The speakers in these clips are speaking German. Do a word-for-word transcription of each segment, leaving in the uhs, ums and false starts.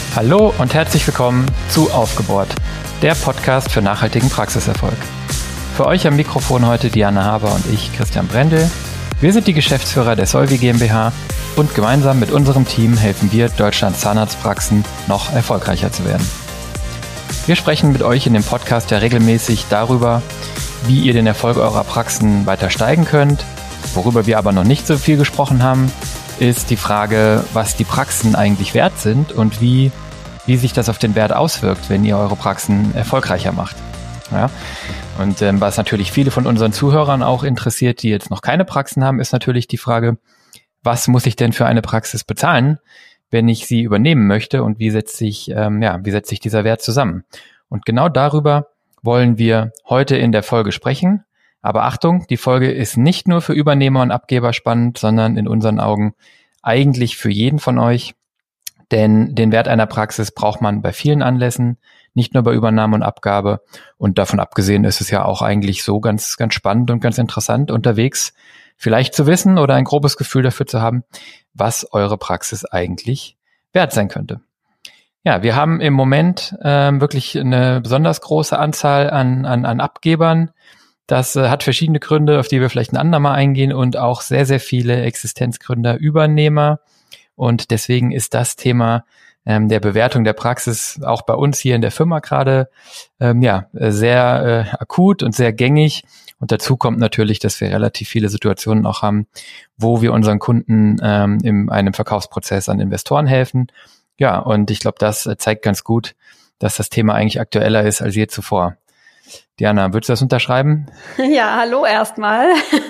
Hallo und herzlich willkommen zu Aufgebohrt, der Podcast für nachhaltigen Praxiserfolg. Für euch am Mikrofon heute Diana Haber und ich, Christian Brendel. Wir sind die Geschäftsführer der Solvi GmbH und gemeinsam mit unserem Team helfen wir Deutschlands Zahnarztpraxen noch erfolgreicher zu werden. Wir sprechen mit euch in dem Podcast ja regelmäßig darüber, wie ihr den Erfolg eurer Praxen weiter steigen könnt. Worüber wir aber noch nicht so viel gesprochen haben, ist die Frage, was die Praxen eigentlich wert sind und wie, wie sich das auf den Wert auswirkt, wenn ihr eure Praxen erfolgreicher macht. Ja? Und ähm, was natürlich viele von unseren Zuhörern auch interessiert, die jetzt noch keine Praxen haben, ist natürlich die Frage, was muss ich denn für eine Praxis bezahlen, wenn ich sie übernehmen möchte und wie setzt sich, ähm, ja, wie setzt sich dieser Wert zusammen? Und genau darüber wollen wir heute in der Folge sprechen. Aber Achtung, die Folge ist nicht nur für Übernehmer und Abgeber spannend, sondern in unseren Augen eigentlich für jeden von euch. Denn den Wert einer Praxis braucht man bei vielen Anlässen, nicht nur bei Übernahme und Abgabe. Und davon abgesehen ist es ja auch eigentlich so ganz, ganz spannend und ganz interessant unterwegs, vielleicht zu wissen oder ein grobes Gefühl dafür zu haben, was eure Praxis eigentlich wert sein könnte. Ja, wir haben im Moment ähm, wirklich eine besonders große Anzahl an, an, an Abgebern. Das äh, hat verschiedene Gründe, auf die wir vielleicht ein andermal eingehen und auch sehr, sehr viele Existenzgründer, Übernehmer. Und deswegen ist das Thema ähm, der Bewertung der Praxis auch bei uns hier in der Firma gerade ähm, ja sehr äh, akut und sehr gängig. Und dazu kommt natürlich, dass wir relativ viele Situationen auch haben, wo wir unseren Kunden ähm, in einem Verkaufsprozess an Investoren helfen. Ja, und ich glaube, das äh, zeigt ganz gut, dass das Thema eigentlich aktueller ist als je zuvor. Diana, würdest du das unterschreiben? Ja, hallo erstmal.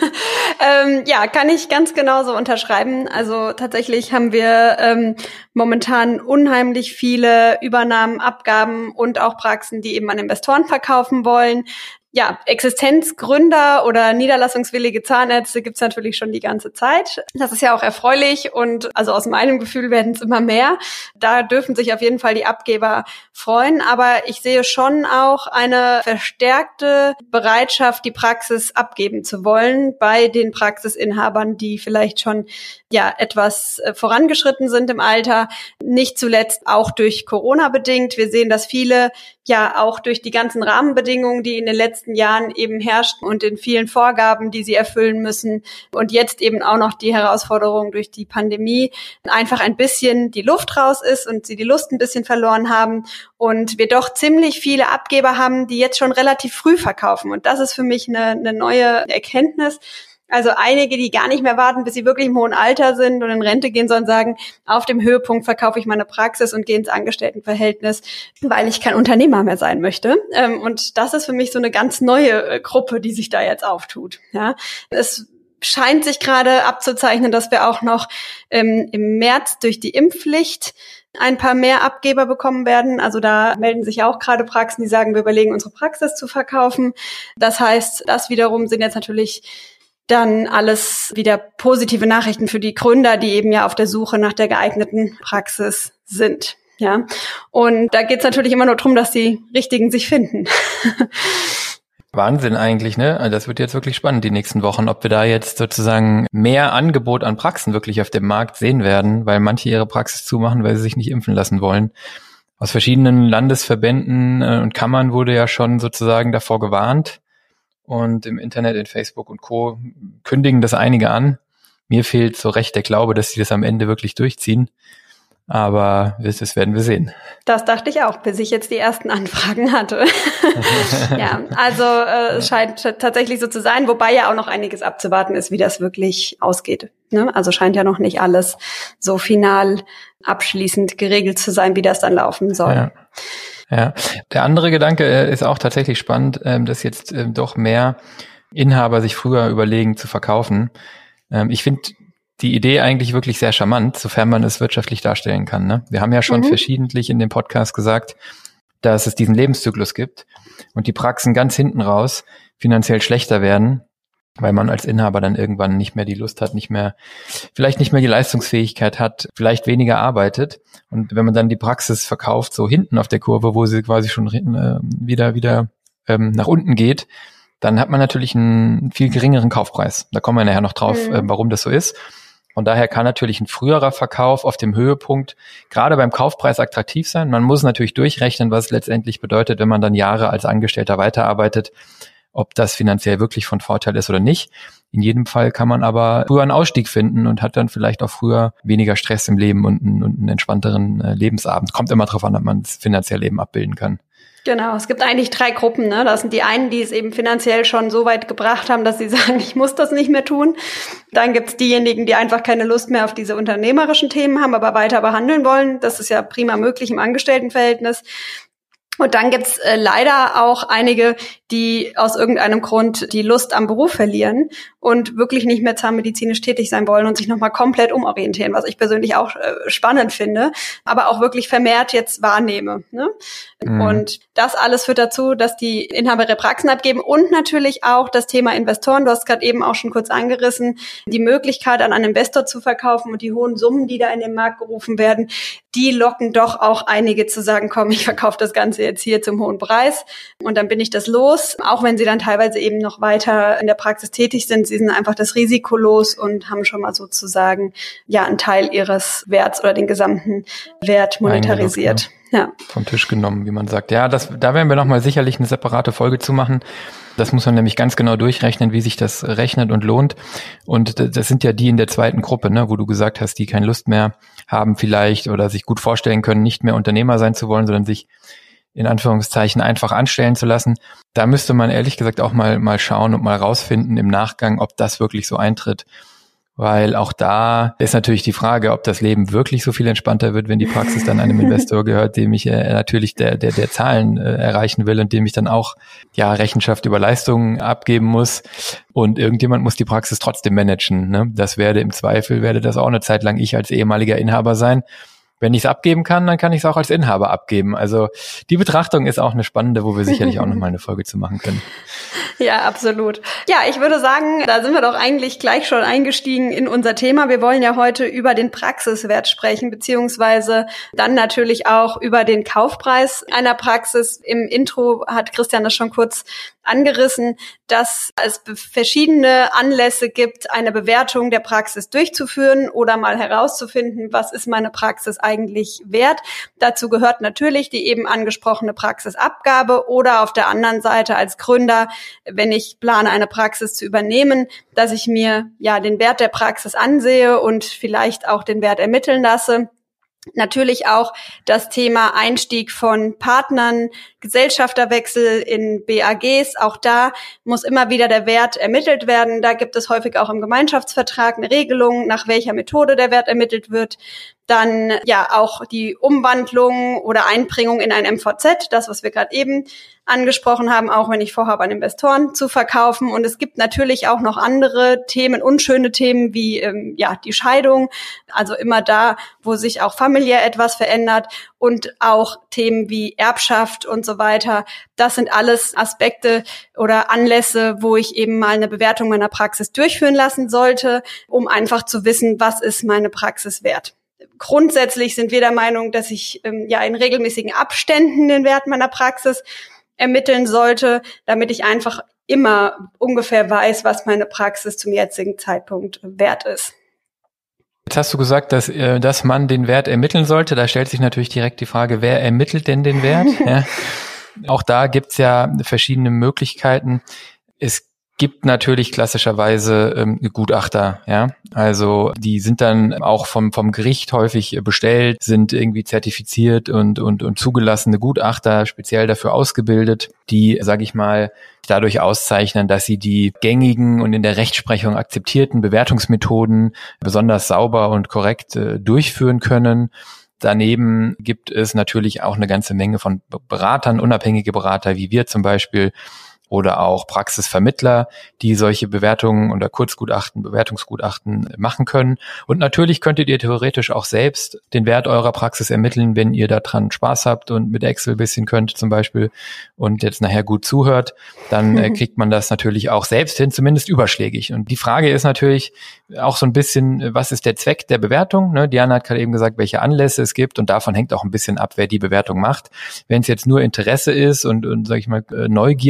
ähm, ja, kann ich ganz genauso unterschreiben. Also tatsächlich haben wir ähm, momentan unheimlich viele Übernahmen, Abgaben und auch Praxen, die eben an Investoren verkaufen wollen. Ja, Existenzgründer oder niederlassungswillige Zahnärzte gibt's natürlich schon die ganze Zeit. Das ist ja auch erfreulich und also aus meinem Gefühl werden es immer mehr. Da dürfen sich auf jeden Fall die Abgeber freuen. Aber ich sehe schon auch eine verstärkte Bereitschaft, die Praxis abgeben zu wollen bei den Praxisinhabern, die vielleicht schon ja etwas vorangeschritten sind im Alter. Nicht zuletzt auch durch Corona bedingt. Wir sehen, dass viele ja auch durch die ganzen Rahmenbedingungen, die in den letzten Jahren eben herrschten und den vielen Vorgaben, die sie erfüllen müssen und jetzt eben auch noch die Herausforderung durch die Pandemie, einfach ein bisschen die Luft raus ist und sie die Lust ein bisschen verloren haben und wir doch ziemlich viele Abgeber haben, die jetzt schon relativ früh verkaufen. Und das ist für mich eine, eine neue Erkenntnis. Also einige, die gar nicht mehr warten, bis sie wirklich im hohen Alter sind und in Rente gehen, sondern sagen, auf dem Höhepunkt verkaufe ich meine Praxis und gehe ins Angestelltenverhältnis, weil ich kein Unternehmer mehr sein möchte. Und das ist für mich so eine ganz neue Gruppe, die sich da jetzt auftut. Ja, es scheint sich gerade abzuzeichnen, dass wir auch noch ähm, im März durch die Impfpflicht ein paar mehr Abgeber bekommen werden. Also da melden sich auch gerade Praxen, die sagen, wir überlegen, unsere Praxis zu verkaufen. Das heißt, das wiederum sind jetzt natürlich dann alles wieder positive Nachrichten für die Gründer, die eben ja auf der Suche nach der geeigneten Praxis sind. Ja, und da geht es natürlich immer nur darum, dass die Richtigen sich finden. Wahnsinn eigentlich, ne? Das wird jetzt wirklich spannend die nächsten Wochen, ob wir da jetzt sozusagen mehr Angebot an Praxen wirklich auf dem Markt sehen werden, weil manche ihre Praxis zumachen, weil sie sich nicht impfen lassen wollen. Aus verschiedenen Landesverbänden und Kammern wurde ja schon sozusagen davor gewarnt. Und im Internet, in Facebook und Co. kündigen das einige an. Mir fehlt so recht der Glaube, dass sie das am Ende wirklich durchziehen. Aber das werden wir sehen. Das dachte ich auch, bis ich jetzt die ersten Anfragen hatte. Ja, also äh, es scheint tatsächlich so zu sein, wobei ja auch noch einiges abzuwarten ist, wie das wirklich ausgeht. Ne? Also scheint ja noch nicht alles so final abschließend geregelt zu sein, wie das dann laufen soll. Ja. Ja, der andere Gedanke ist auch tatsächlich spannend, dass jetzt doch mehr Inhaber sich früher überlegen zu verkaufen. Ich finde die Idee eigentlich wirklich sehr charmant, sofern man es wirtschaftlich darstellen kann. Ne? Wir haben ja schon mhm. verschiedentlich in dem Podcast gesagt, dass es diesen Lebenszyklus gibt und die Praxen ganz hinten raus finanziell schlechter werden, weil man als Inhaber dann irgendwann nicht mehr die Lust hat, nicht mehr, vielleicht nicht mehr die Leistungsfähigkeit hat, vielleicht weniger arbeitet. Und wenn man dann die Praxis verkauft, so hinten auf der Kurve, wo sie quasi schon äh, wieder, wieder ähm, nach unten geht, dann hat man natürlich einen viel geringeren Kaufpreis. Da kommen wir nachher noch drauf, mhm. äh, warum das so ist. Von daher kann natürlich ein früherer Verkauf auf dem Höhepunkt gerade beim Kaufpreis attraktiv sein. Man muss natürlich durchrechnen, was es letztendlich bedeutet, wenn man dann Jahre als Angestellter weiterarbeitet, ob das finanziell wirklich von Vorteil ist oder nicht. In jedem Fall kann man aber früher einen Ausstieg finden und hat dann vielleicht auch früher weniger Stress im Leben und einen, und einen entspannteren äh, Lebensabend. Kommt immer darauf an, ob man das finanzielle Leben abbilden kann. Genau, es gibt eigentlich drei Gruppen, ne? Das sind die einen, die es eben finanziell schon so weit gebracht haben, dass sie sagen, ich muss das nicht mehr tun. Dann gibt's diejenigen, die einfach keine Lust mehr auf diese unternehmerischen Themen haben, aber weiter behandeln wollen. Das ist ja prima möglich im Angestelltenverhältnis. Und dann gibt's äh, leider auch einige, die aus irgendeinem Grund die Lust am Beruf verlieren und wirklich nicht mehr zahnmedizinisch tätig sein wollen und sich nochmal komplett umorientieren, was ich persönlich auch äh, spannend finde, aber auch wirklich vermehrt jetzt wahrnehme. Ne? Mhm. Und das alles führt dazu, dass die Inhaber ihre Praxen abgeben und natürlich auch das Thema Investoren. Du hast gerade eben auch schon kurz angerissen, die Möglichkeit an einen Investor zu verkaufen und die hohen Summen, die da in den Markt gerufen werden, die locken doch auch einige zu sagen, komm, ich verkaufe das Ganze jetzt hier zum hohen Preis und dann bin ich das los, auch wenn sie dann teilweise eben noch weiter in der Praxis tätig sind. Sie sind einfach das Risiko los und haben schon mal sozusagen ja einen Teil ihres Werts oder den gesamten Wert monetarisiert. Ja. Vom Tisch genommen, wie man sagt. Ja, das, da werden wir nochmal sicherlich eine separate Folge zu machen. Das muss man nämlich ganz genau durchrechnen, wie sich das rechnet und lohnt. Und das sind ja die in der zweiten Gruppe, ne, wo du gesagt hast, die keine Lust mehr haben vielleicht oder sich gut vorstellen können, nicht mehr Unternehmer sein zu wollen, sondern sich in Anführungszeichen einfach anstellen zu lassen. Da müsste man ehrlich gesagt auch mal mal schauen und mal rausfinden im Nachgang, ob das wirklich so eintritt. Weil auch da ist natürlich die Frage, ob das Leben wirklich so viel entspannter wird, wenn die Praxis dann einem Investor gehört, dem ich äh, natürlich der der der Zahlen äh, erreichen will und dem ich dann auch ja Rechenschaft über Leistungen abgeben muss. Und irgendjemand muss die Praxis trotzdem managen. Ne? Das werde im Zweifel, werde das auch eine Zeit lang ich als ehemaliger Inhaber sein. Wenn ich es abgeben kann, dann kann ich es auch als Inhaber abgeben. Also die Betrachtung ist auch eine spannende, wo wir sicherlich auch nochmal eine Folge zu machen können. Ja, absolut. Ja, ich würde sagen, da sind wir doch eigentlich gleich schon eingestiegen in unser Thema. Wir wollen ja heute über den Praxiswert sprechen, beziehungsweise dann natürlich auch über den Kaufpreis einer Praxis. Im Intro hat Christian das schon kurz angerissen, dass es verschiedene Anlässe gibt, eine Bewertung der Praxis durchzuführen oder mal herauszufinden, was ist meine Praxis eigentlich wert. Dazu gehört natürlich die eben angesprochene Praxisabgabe oder auf der anderen Seite als Gründer, wenn ich plane, eine Praxis zu übernehmen, dass ich mir ja den Wert der Praxis ansehe und vielleicht auch den Wert ermitteln lasse. Natürlich auch das Thema Einstieg von Partnern, Gesellschafterwechsel in B A Gs. Auch da muss immer wieder der Wert ermittelt werden. Da gibt es häufig auch im Gemeinschaftsvertrag eine Regelung, nach welcher Methode der Wert ermittelt wird. Dann ja auch die Umwandlung oder Einbringung in ein M V Z, das, was wir gerade eben angesprochen haben, auch wenn ich vorhabe, an Investoren zu verkaufen. Und es gibt natürlich auch noch andere Themen, unschöne Themen wie ähm, ja die Scheidung, also immer da, wo sich auch familiär etwas verändert und auch Themen wie Erbschaft und so weiter. Das sind alles Aspekte oder Anlässe, wo ich eben mal eine Bewertung meiner Praxis durchführen lassen sollte, um einfach zu wissen, was ist meine Praxis wert. Grundsätzlich sind wir der Meinung, dass ich ähm, ja in regelmäßigen Abständen den Wert meiner Praxis ermitteln sollte, damit ich einfach immer ungefähr weiß, was meine Praxis zum jetzigen Zeitpunkt wert ist. Jetzt hast du gesagt, dass, äh, dass man den Wert ermitteln sollte. Da stellt sich natürlich direkt die Frage, wer ermittelt denn den Wert? Ja. Auch da gibt's ja verschiedene Möglichkeiten. Es gibt natürlich klassischerweise ähm, Gutachter, ja, also die sind dann auch vom vom Gericht häufig bestellt, sind irgendwie zertifiziert und und und zugelassene Gutachter, speziell dafür ausgebildet, die, sage ich mal, dadurch auszeichnen, dass sie die gängigen und in der Rechtsprechung akzeptierten Bewertungsmethoden besonders sauber und korrekt äh, durchführen können. Daneben gibt es natürlich auch eine ganze Menge von Beratern, unabhängige Berater wie wir zum Beispiel, oder auch Praxisvermittler, die solche Bewertungen oder Kurzgutachten, Bewertungsgutachten machen können. Und natürlich könntet ihr theoretisch auch selbst den Wert eurer Praxis ermitteln, wenn ihr daran Spaß habt und mit Excel ein bisschen könnt zum Beispiel und jetzt nachher gut zuhört, dann äh, kriegt man das natürlich auch selbst hin, zumindest überschlägig. Und die Frage ist natürlich auch so ein bisschen, was ist der Zweck der Bewertung? Ne? Diana hat gerade eben gesagt, welche Anlässe es gibt und davon hängt auch ein bisschen ab, wer die Bewertung macht. Wenn es jetzt nur Interesse ist und, und sag ich mal, Neugierde, was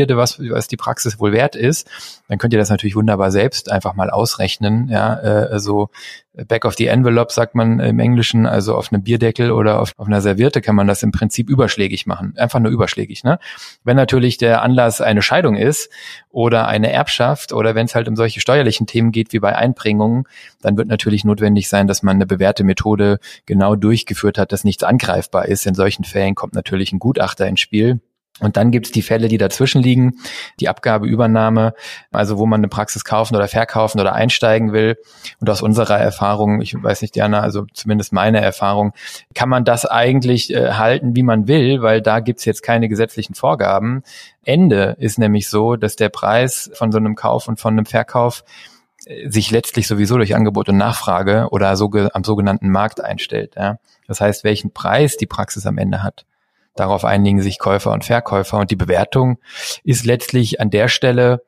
was die Praxis wohl wert ist, dann könnt ihr das natürlich wunderbar selbst einfach mal ausrechnen. Ja, äh, so back of the envelope sagt man im Englischen, also auf einem Bierdeckel oder auf, auf einer Serviette kann man das im Prinzip überschlägig machen. Einfach nur überschlägig, ne? Wenn natürlich der Anlass eine Scheidung ist oder eine Erbschaft oder wenn es halt um solche steuerlichen Themen geht wie bei Einbringungen, dann wird natürlich notwendig sein, dass man eine bewährte Methode genau durchgeführt hat, dass nichts angreifbar ist. In solchen Fällen kommt natürlich ein Gutachter ins Spiel. Und dann gibt's die Fälle, die dazwischen liegen, die Abgabeübernahme, also wo man eine Praxis kaufen oder verkaufen oder einsteigen will. Und aus unserer Erfahrung, ich weiß nicht, Diana, also zumindest meine Erfahrung, kann man das eigentlich äh, halten, wie man will, weil da gibt's jetzt keine gesetzlichen Vorgaben. Ende ist nämlich so, dass der Preis von so einem Kauf und von einem Verkauf sich letztlich sowieso durch Angebot und Nachfrage oder so, am sogenannten Markt einstellt. Ja. Das heißt, welchen Preis die Praxis am Ende hat. Darauf einigen sich Käufer und Verkäufer und die Bewertung ist letztlich an der Stelle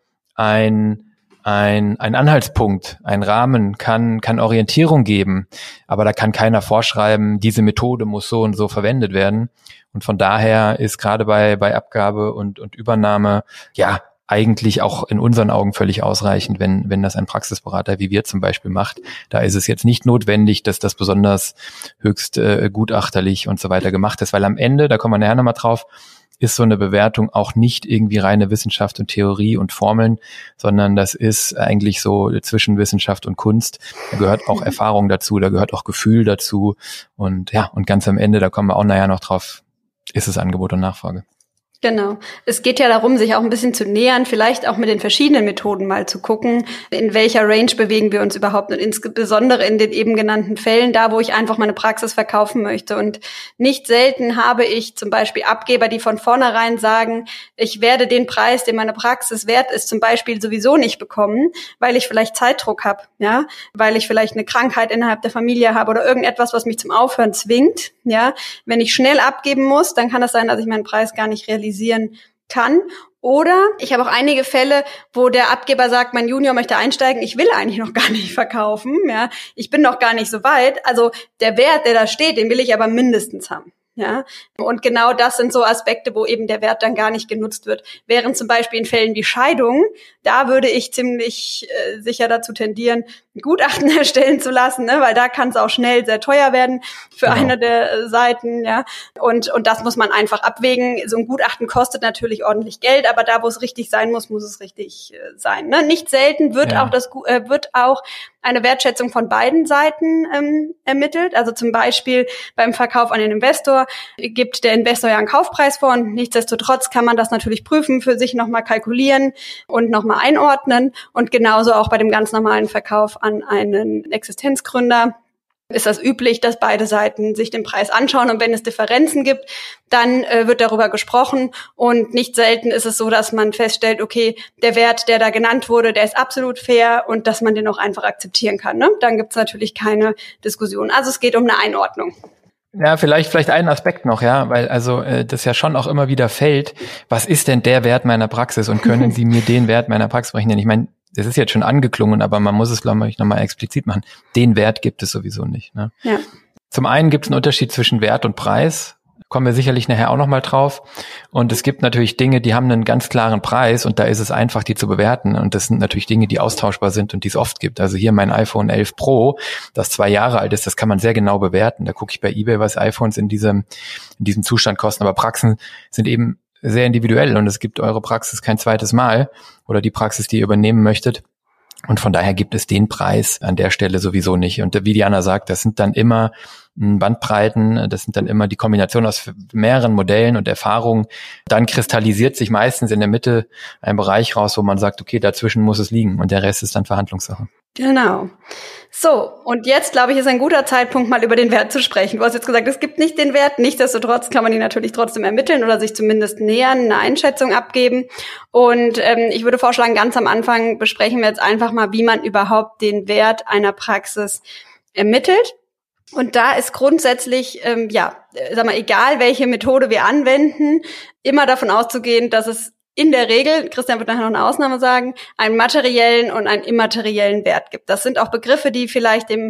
ein, ein, ein Anhaltspunkt, ein Rahmen, kann, kann Orientierung geben, aber da kann keiner vorschreiben, diese Methode muss so und so verwendet werden. Und von daher ist gerade bei, bei Abgabe und, und Übernahme, ja, eigentlich auch in unseren Augen völlig ausreichend, wenn wenn das ein Praxisberater wie wir zum Beispiel macht. Da ist es jetzt nicht notwendig, dass das besonders höchst äh, gutachterlich und so weiter gemacht ist, weil am Ende, da kommen wir nachher nochmal drauf, ist so eine Bewertung auch nicht irgendwie reine Wissenschaft und Theorie und Formeln, sondern das ist eigentlich so zwischen Wissenschaft und Kunst. Da gehört auch Erfahrung dazu, da gehört auch Gefühl dazu und ja, und ganz am Ende, da kommen wir auch nachher noch drauf, ist es Angebot und Nachfrage. Genau. Es geht ja darum, sich auch ein bisschen zu nähern, vielleicht auch mit den verschiedenen Methoden mal zu gucken, in welcher Range bewegen wir uns überhaupt und insbesondere in den eben genannten Fällen, da wo ich einfach meine Praxis verkaufen möchte. Und nicht selten habe ich zum Beispiel Abgeber, die von vornherein sagen, ich werde den Preis, den meine Praxis wert ist, zum Beispiel sowieso nicht bekommen, weil ich vielleicht Zeitdruck habe, ja, weil ich vielleicht eine Krankheit innerhalb der Familie habe oder irgendetwas, was mich zum Aufhören zwingt, ja. Wenn ich schnell abgeben muss, dann kann das sein, dass ich meinen Preis gar nicht realisiere kann. Oder ich habe auch einige Fälle, wo der Abgeber sagt, mein Junior möchte einsteigen, ich will eigentlich noch gar nicht verkaufen, ja, ich bin noch gar nicht so weit. Also der Wert, der da steht, den will ich aber mindestens haben. Ja, und genau das sind so Aspekte, wo eben der Wert dann gar nicht genutzt wird. Während zum Beispiel in Fällen wie Scheidung, da würde ich ziemlich äh, sicher dazu tendieren, ein Gutachten erstellen zu lassen, ne? Weil da kann es auch schnell sehr teuer werden für genau. eine der äh, Seiten, ja. Und und das muss man einfach abwägen. So ein Gutachten kostet natürlich ordentlich Geld, aber da, wo es richtig sein muss, muss es richtig äh, sein. Ne? Nicht selten wird ja. auch das äh, wird auch eine Wertschätzung von beiden Seiten ähm, ermittelt. Also zum Beispiel beim Verkauf an den Investor gibt der Investor ja einen Kaufpreis vor und nichtsdestotrotz kann man das natürlich prüfen, für sich nochmal kalkulieren und nochmal einordnen. Und genauso auch bei dem ganz normalen Verkauf an einen Existenzgründer ist das üblich, dass beide Seiten sich den Preis anschauen und wenn es Differenzen gibt, dann äh, wird darüber gesprochen und nicht selten ist es so, dass man feststellt, okay, der Wert, der da genannt wurde, der ist absolut fair und dass man den auch einfach akzeptieren kann. Ne? Dann gibt es natürlich keine Diskussion. Also es geht um eine Einordnung. Ja, vielleicht vielleicht einen Aspekt noch, ja, weil also äh, das ja schon auch immer wieder fällt, was ist denn der Wert meiner Praxis und können Sie mir den Wert meiner Praxis berechnen? Ich meine, das ist jetzt schon angeklungen, aber man muss es, glaube ich, nochmal explizit machen. Den Wert gibt es sowieso nicht. Ne? Ja. Zum einen gibt es einen Unterschied zwischen Wert und Preis. Kommen wir sicherlich nachher auch nochmal drauf. Und es gibt natürlich Dinge, die haben einen ganz klaren Preis und da ist es einfach, die zu bewerten. Und das sind natürlich Dinge, die austauschbar sind und die es oft gibt. Also hier mein iPhone elf Pro, das zwei Jahre alt ist, das kann man sehr genau bewerten. Da gucke ich bei eBay, was iPhones in diesem, in diesem Zustand kosten. Aber Praxen sind eben sehr individuell und es gibt eure Praxis kein zweites Mal oder die Praxis, die ihr übernehmen möchtet. Und von daher gibt es den Preis an der Stelle sowieso nicht. Und wie Diana sagt, das sind dann immer Bandbreiten, das sind dann immer die Kombination aus mehreren Modellen und Erfahrungen. Dann kristallisiert sich meistens in der Mitte ein Bereich raus, wo man sagt, okay, dazwischen muss es liegen und der Rest ist dann Verhandlungssache. Genau. So, und jetzt, glaube ich, ist ein guter Zeitpunkt, mal über den Wert zu sprechen. Du hast jetzt gesagt, es gibt nicht den Wert, nichtsdestotrotz kann man ihn natürlich trotzdem ermitteln oder sich zumindest nähern, eine Einschätzung abgeben. Und ähm, ich würde vorschlagen, ganz am Anfang besprechen wir jetzt einfach mal, wie man überhaupt den Wert einer Praxis ermittelt. Und da ist grundsätzlich, ähm, ja, sag mal, egal welche Methode wir anwenden, immer davon auszugehen, dass es in der Regel, Christian wird nachher noch eine Ausnahme sagen, einen materiellen und einen immateriellen Wert gibt. Das sind auch Begriffe, die vielleicht dem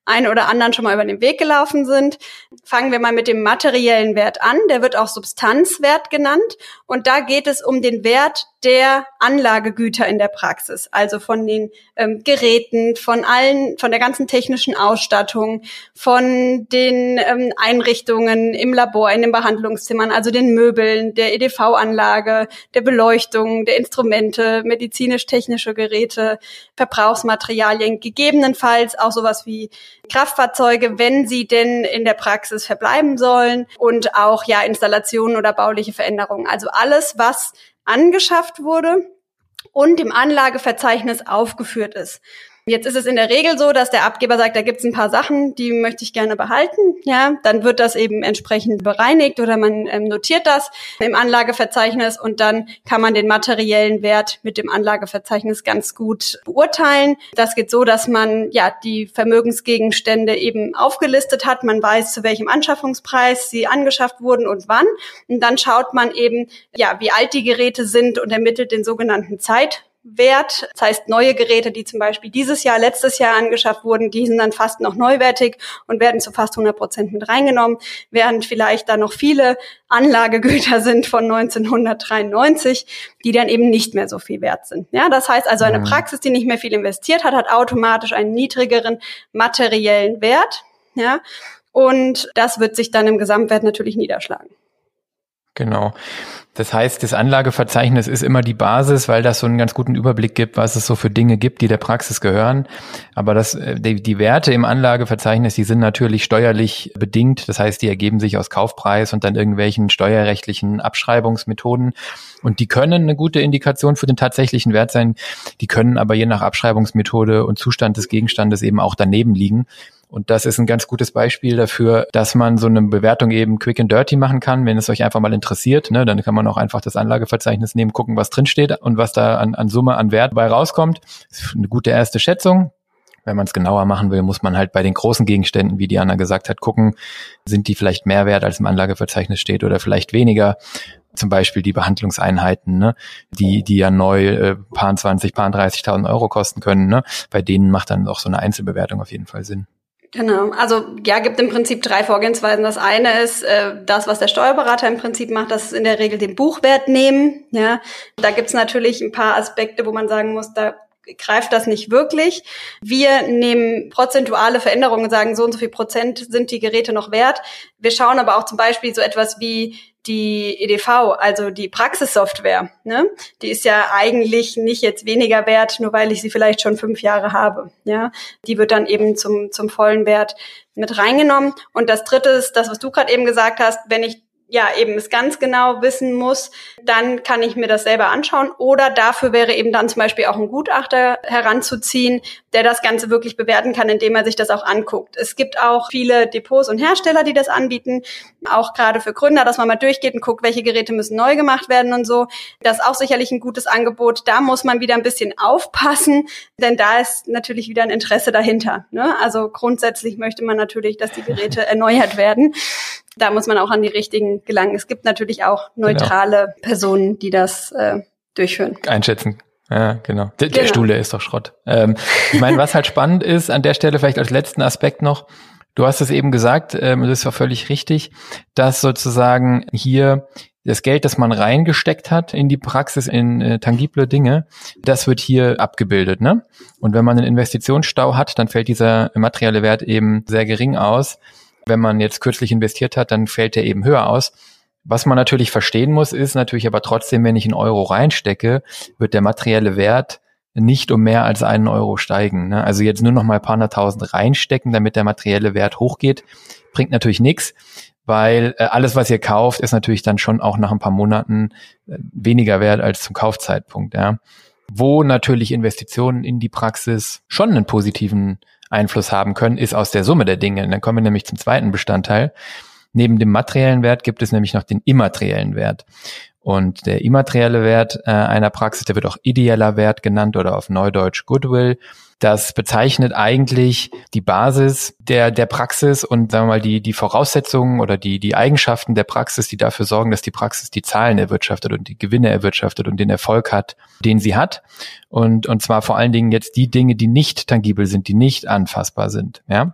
einen oder anderen schon mal über den Weg gelaufen sind. Fangen wir mal mit dem materiellen Wert an. Der wird auch Substanzwert genannt. Und da geht es um den Wert der Anlagegüter in der Praxis, also von den ähm, Geräten, von allen, von der ganzen technischen Ausstattung, von den ähm, Einrichtungen im Labor, in den Behandlungszimmern, also den Möbeln, der E D V-Anlage, der Beleuchtung, der Instrumente, medizinisch-technische Geräte, Verbrauchsmaterialien, gegebenenfalls auch sowas wie Kraftfahrzeuge, wenn sie denn in der Praxis verbleiben sollen, und auch ja Installationen oder bauliche Veränderungen, also alles, was angeschafft wurde und im Anlageverzeichnis aufgeführt ist. Jetzt ist es in der Regel so, dass der Abgeber sagt, da gibt's ein paar Sachen, die möchte ich gerne behalten. Ja, dann wird das eben entsprechend bereinigt oder man ähm, notiert das im Anlageverzeichnis und dann kann man den materiellen Wert mit dem Anlageverzeichnis ganz gut beurteilen. Das geht so, dass man ja die Vermögensgegenstände eben aufgelistet hat. Man weiß, zu welchem Anschaffungspreis sie angeschafft wurden und wann. Und dann schaut man eben, ja, wie alt die Geräte sind und ermittelt den sogenannten Zeit. Wert. Das heißt, neue Geräte, die zum Beispiel dieses Jahr, letztes Jahr angeschafft wurden, die sind dann fast noch neuwertig und werden zu fast hundert Prozent mit reingenommen, während vielleicht da noch viele Anlagegüter sind von neunzehnhundertdreiundneunzig, die dann eben nicht mehr so viel wert sind. Ja, das heißt also, eine Praxis, die nicht mehr viel investiert hat, hat automatisch einen niedrigeren materiellen Wert. Ja, und das wird sich dann im Gesamtwert natürlich niederschlagen. Genau. Das heißt, das Anlageverzeichnis ist immer die Basis, weil das so einen ganz guten Überblick gibt, was es so für Dinge gibt, die der Praxis gehören. Aber das, die, die Werte im Anlageverzeichnis, die sind natürlich steuerlich bedingt. Das heißt, die ergeben sich aus Kaufpreis und dann irgendwelchen steuerrechtlichen Abschreibungsmethoden. Und die können eine gute Indikation für den tatsächlichen Wert sein. Die können aber je nach Abschreibungsmethode und Zustand des Gegenstandes eben auch daneben liegen. Und das ist ein ganz gutes Beispiel dafür, dass man so eine Bewertung eben quick and dirty machen kann, wenn es euch einfach mal interessiert. Ne, dann kann man auch einfach das Anlageverzeichnis nehmen, gucken, was drin steht und was da an, an Summe, an Wert bei rauskommt. Das ist eine gute erste Schätzung. Wenn man es genauer machen will, muss man halt bei den großen Gegenständen, wie Diana gesagt hat, gucken, sind die vielleicht mehr wert, als im Anlageverzeichnis steht oder vielleicht weniger. Zum Beispiel die Behandlungseinheiten, ne, die die ja neu äh, paar zwanzig, paar dreißigtausend Euro kosten können. Ne, bei denen macht dann auch so eine Einzelbewertung auf jeden Fall Sinn. Genau, also ja, gibt im Prinzip drei Vorgehensweisen. Das eine ist äh, das, was der Steuerberater im Prinzip macht, das ist in der Regel den Buchwert nehmen. Ja, da gibt's natürlich ein paar Aspekte, wo man sagen muss, da greift das nicht wirklich. Wir nehmen prozentuale Veränderungen und sagen, so und so viel Prozent sind die Geräte noch wert. Wir schauen aber auch zum Beispiel so etwas wie die E D V, also die Praxissoftware, ne? Die ist ja eigentlich nicht jetzt weniger wert, nur weil ich sie vielleicht schon fünf Jahre habe, ja? Die wird dann eben zum zum vollen Wert mit reingenommen. Und das Dritte ist das, was du gerade eben gesagt hast, wenn ich ja eben es ganz genau wissen muss, dann kann ich mir das selber anschauen. Oder dafür wäre eben dann zum Beispiel auch ein Gutachter heranzuziehen, der das Ganze wirklich bewerten kann, indem er sich das auch anguckt. Es gibt auch viele Depots und Hersteller, die das anbieten, auch gerade für Gründer, dass man mal durchgeht und guckt, welche Geräte müssen neu gemacht werden und so. Das ist auch sicherlich ein gutes Angebot. Da muss man wieder ein bisschen aufpassen, denn da ist natürlich wieder ein Interesse dahinter, ne? Also grundsätzlich möchte man natürlich, dass die Geräte erneuert werden. Da muss man auch an die richtigen gelangen. Es gibt natürlich auch neutrale genau. Personen, die das äh, durchführen. Einschätzen. Ja, genau. Der, genau. der Stuhl, der ist doch Schrott. Ähm, ich meine, was halt spannend ist, an der Stelle vielleicht als letzten Aspekt noch, du hast es eben gesagt, ähm, das ist ja völlig richtig, dass sozusagen hier das Geld, das man reingesteckt hat in die Praxis, in äh, tangible Dinge, das wird hier abgebildet, ne? Und wenn man einen Investitionsstau hat, dann fällt dieser materielle Wert eben sehr gering aus. Wenn man jetzt kürzlich investiert hat, dann fällt der eben höher aus. Was man natürlich verstehen muss, ist natürlich aber trotzdem, wenn ich einen Euro reinstecke, wird der materielle Wert nicht um mehr als einen Euro steigen, ne? Also jetzt nur noch mal ein paar hunderttausend reinstecken, damit der materielle Wert hochgeht, bringt natürlich nichts, weil äh, alles, was ihr kauft, ist natürlich dann schon auch nach ein paar Monaten äh, weniger wert als zum Kaufzeitpunkt, ja. Wo natürlich Investitionen in die Praxis schon einen positiven Einfluss haben können, ist aus der Summe der Dinge. Und dann kommen wir nämlich zum zweiten Bestandteil. Neben dem materiellen Wert gibt es nämlich noch den immateriellen Wert. Und der immaterielle Wert äh, einer Praxis, der wird auch ideeller Wert genannt oder auf Neudeutsch Goodwill. Das bezeichnet eigentlich die Basis der der Praxis und sagen wir mal die die Voraussetzungen oder die die Eigenschaften der Praxis, die dafür sorgen, dass die Praxis die Zahlen erwirtschaftet und die Gewinne erwirtschaftet und den Erfolg hat, den sie hat. Und und zwar vor allen Dingen jetzt die Dinge, die nicht tangibel sind, die nicht anfassbar sind, ja.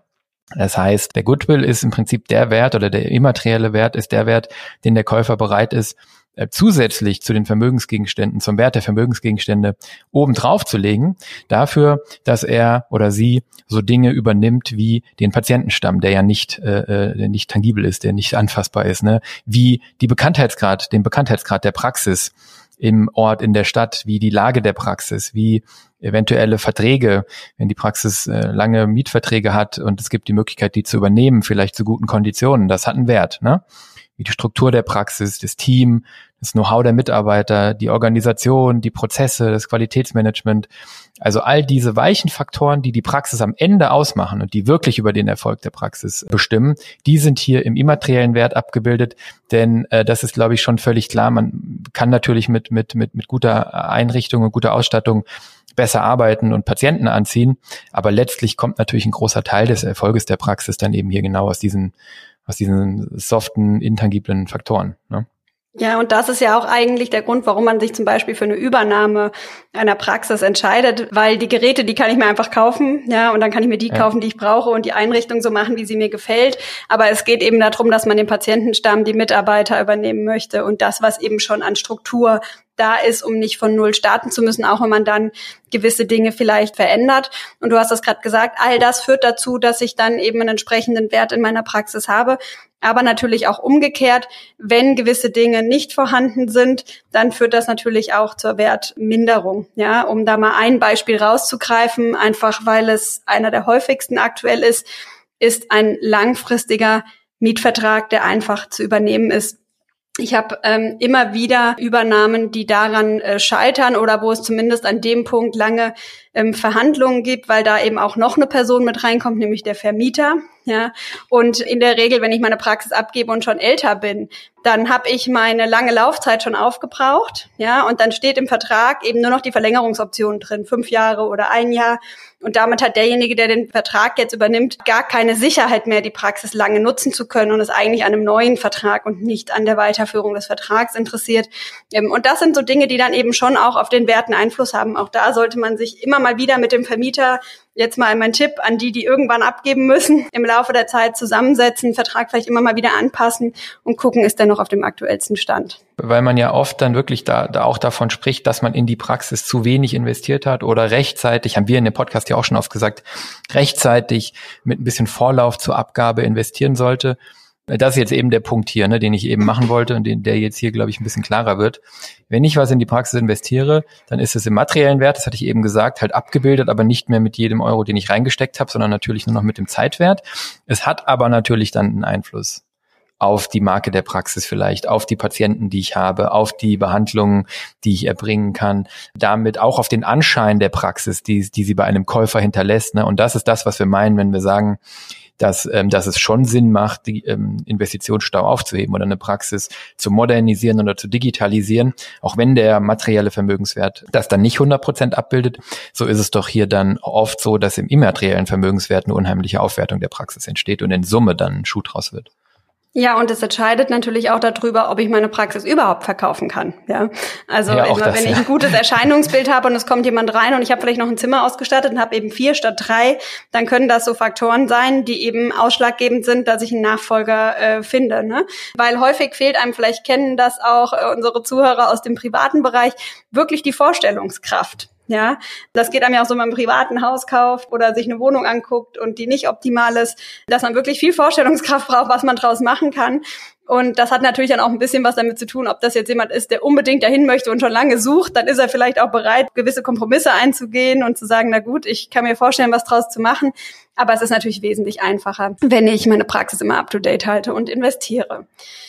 Das heißt, der Goodwill ist im Prinzip der Wert oder der immaterielle Wert ist der Wert, den der Käufer bereit ist, äh, zusätzlich zu den Vermögensgegenständen, zum Wert der Vermögensgegenstände obendrauf zu legen, dafür, dass er oder sie so Dinge übernimmt wie den Patientenstamm, der ja nicht äh, der nicht tangibel ist, der nicht anfassbar ist, ne? Wie die Bekanntheitsgrad, den Bekanntheitsgrad der Praxis im Ort, in der Stadt, wie die Lage der Praxis, wie eventuelle Verträge, wenn die Praxis äh, lange Mietverträge hat und es gibt die Möglichkeit, die zu übernehmen, vielleicht zu guten Konditionen, das hat einen Wert, ne? Wie die Struktur der Praxis, das Team, das Know-how der Mitarbeiter, die Organisation, die Prozesse, das Qualitätsmanagement. Also all diese weichen Faktoren, die die Praxis am Ende ausmachen und die wirklich über den Erfolg der Praxis bestimmen, die sind hier im immateriellen Wert abgebildet. Denn äh, das ist, glaube ich, schon völlig klar. Man kann natürlich mit mit mit mit guter Einrichtung und guter Ausstattung besser arbeiten und Patienten anziehen. Aber letztlich kommt natürlich ein großer Teil des Erfolges der Praxis dann eben hier genau aus diesen aus diesen soften, intangiblen Faktoren, ne? Ja, und das ist ja auch eigentlich der Grund, warum man sich zum Beispiel für eine Übernahme einer Praxis entscheidet, weil die Geräte, die kann ich mir einfach kaufen, ja, und dann kann ich mir die ja. kaufen, die ich brauche und die Einrichtung so machen, wie sie mir gefällt. Aber es geht eben darum, dass man den Patientenstamm, die Mitarbeiter übernehmen möchte und das, was eben schon an Struktur da ist, um nicht von Null starten zu müssen, auch wenn man dann gewisse Dinge vielleicht verändert. Und du hast das gerade gesagt, all das führt dazu, dass ich dann eben einen entsprechenden Wert in meiner Praxis habe. Aber natürlich auch umgekehrt, wenn gewisse Dinge nicht vorhanden sind, dann führt das natürlich auch zur Wertminderung. Ja, um da mal ein Beispiel rauszugreifen, einfach weil es einer der häufigsten aktuell ist, ist ein langfristiger Mietvertrag, der einfach zu übernehmen ist. Ich habe ähm, immer wieder Übernahmen, die daran äh, scheitern oder wo es zumindest an dem Punkt lange ähm, Verhandlungen gibt, weil da eben auch noch eine Person mit reinkommt, nämlich der Vermieter. Ja, und in der Regel, wenn ich meine Praxis abgebe und schon älter bin, dann habe ich meine lange Laufzeit schon aufgebraucht. Ja, und dann steht im Vertrag eben nur noch die Verlängerungsoption drin, fünf Jahre oder ein Jahr. Und damit hat derjenige, der den Vertrag jetzt übernimmt, gar keine Sicherheit mehr, die Praxis lange nutzen zu können und ist eigentlich an einem neuen Vertrag und nicht an der Weiterführung des Vertrags interessiert. Und das sind so Dinge, die dann eben schon auch auf den Werten Einfluss haben. Auch da sollte man sich immer mal wieder mit dem Vermieter, jetzt mal mein Tipp an die, die irgendwann abgeben müssen, im Laufe der Zeit zusammensetzen, Vertrag vielleicht immer mal wieder anpassen und gucken, ist der noch auf dem aktuellsten Stand. Weil man ja oft dann wirklich da, da auch davon spricht, dass man in die Praxis zu wenig investiert hat oder rechtzeitig, haben wir in dem Podcast ja auch schon oft gesagt, rechtzeitig mit ein bisschen Vorlauf zur Abgabe investieren sollte. Das ist jetzt eben der Punkt hier, ne, den ich eben machen wollte und den, der jetzt hier, glaube ich, ein bisschen klarer wird. Wenn ich was in die Praxis investiere, dann ist es im materiellen Wert, das hatte ich eben gesagt, halt abgebildet, aber nicht mehr mit jedem Euro, den ich reingesteckt habe, sondern natürlich nur noch mit dem Zeitwert. Es hat aber natürlich dann einen Einfluss auf die Marke der Praxis vielleicht, auf die Patienten, die ich habe, auf die Behandlungen, die ich erbringen kann, damit auch auf den Anschein der Praxis, die, die sie bei einem Käufer hinterlässt, ne? Und das ist das, was wir meinen, wenn wir sagen, dass, ähm, dass es schon Sinn macht, die ähm, Investitionsstau aufzuheben oder eine Praxis zu modernisieren oder zu digitalisieren, auch wenn der materielle Vermögenswert das dann nicht hundert Prozent abbildet, so ist es doch hier dann oft so, dass im immateriellen Vermögenswert eine unheimliche Aufwertung der Praxis entsteht und in Summe dann ein Schuh draus wird. Ja, und es entscheidet natürlich auch darüber, ob ich meine Praxis überhaupt verkaufen kann. Ja, also ja, immer, das, wenn ja. ich ein gutes Erscheinungsbild habe und es kommt jemand rein und ich habe vielleicht noch ein Zimmer ausgestattet und habe eben vier statt drei, dann können das so Faktoren sein, die eben ausschlaggebend sind, dass ich einen Nachfolger äh, finde. Ne? Weil häufig fehlt einem, vielleicht kennen das auch äh, unsere Zuhörer aus dem privaten Bereich, wirklich die Vorstellungskraft. Ja, das geht einem ja auch so, wenn man einen privaten Haus kauft oder sich eine Wohnung anguckt und die nicht optimal ist, dass man wirklich viel Vorstellungskraft braucht, was man draus machen kann. Und das hat natürlich dann auch ein bisschen was damit zu tun, ob das jetzt jemand ist, der unbedingt dahin möchte und schon lange sucht, dann ist er vielleicht auch bereit, gewisse Kompromisse einzugehen und zu sagen, na gut, ich kann mir vorstellen, was draus zu machen. Aber es ist natürlich wesentlich einfacher, wenn ich meine Praxis immer up-to-date halte und investiere.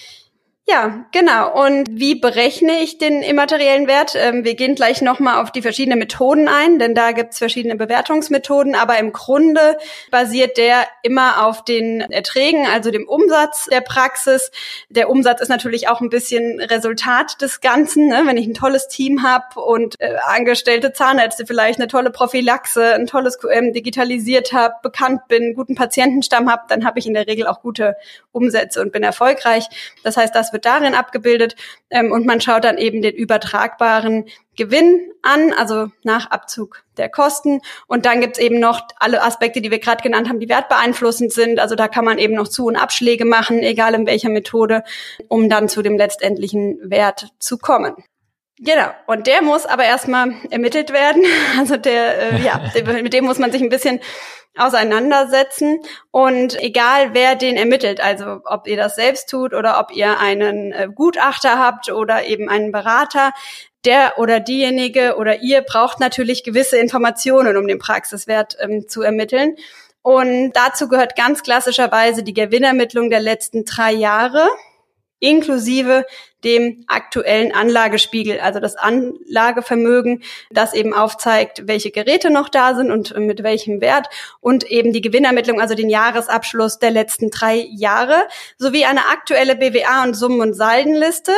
Ja, genau. Und wie berechne ich den immateriellen Wert? Ähm, wir gehen gleich nochmal auf die verschiedenen Methoden ein, denn da gibt's verschiedene Bewertungsmethoden. Aber im Grunde basiert der immer auf den Erträgen, also dem Umsatz der Praxis. Der Umsatz ist natürlich auch ein bisschen Resultat des Ganzen. Ne? Wenn ich ein tolles Team habe und äh, angestellte Zahnärzte vielleicht eine tolle Prophylaxe, ein tolles ähm, digitalisiert habe, bekannt bin, guten Patientenstamm habe, dann habe ich in der Regel auch gute Umsätze und bin erfolgreich. Das heißt, das wird darin abgebildet ähm, und man schaut dann eben den übertragbaren Gewinn an, also nach Abzug der Kosten. Und dann gibt's eben noch alle Aspekte, die wir gerade genannt haben, die wertbeeinflussend sind. Also da kann man eben noch Zu- und Abschläge machen, egal in welcher Methode, um dann zu dem letztendlichen Wert zu kommen. Genau, und der muss aber erstmal ermittelt werden. Also der, äh, ja, mit dem muss man sich ein bisschen auseinandersetzen. Und egal, wer den ermittelt, also ob ihr das selbst tut oder ob ihr einen äh, Gutachter habt oder eben einen Berater, der oder diejenige oder ihr braucht natürlich gewisse Informationen, um den Praxiswert ähm, zu ermitteln. Und dazu gehört ganz klassischerweise die Gewinnermittlung der letzten drei Jahre, inklusive dem aktuellen Anlagespiegel, also das Anlagevermögen, das eben aufzeigt, welche Geräte noch da sind und mit welchem Wert, und eben die Gewinnermittlung, also den Jahresabschluss der letzten drei Jahre, sowie eine aktuelle B W A und Summen- und Saldenliste.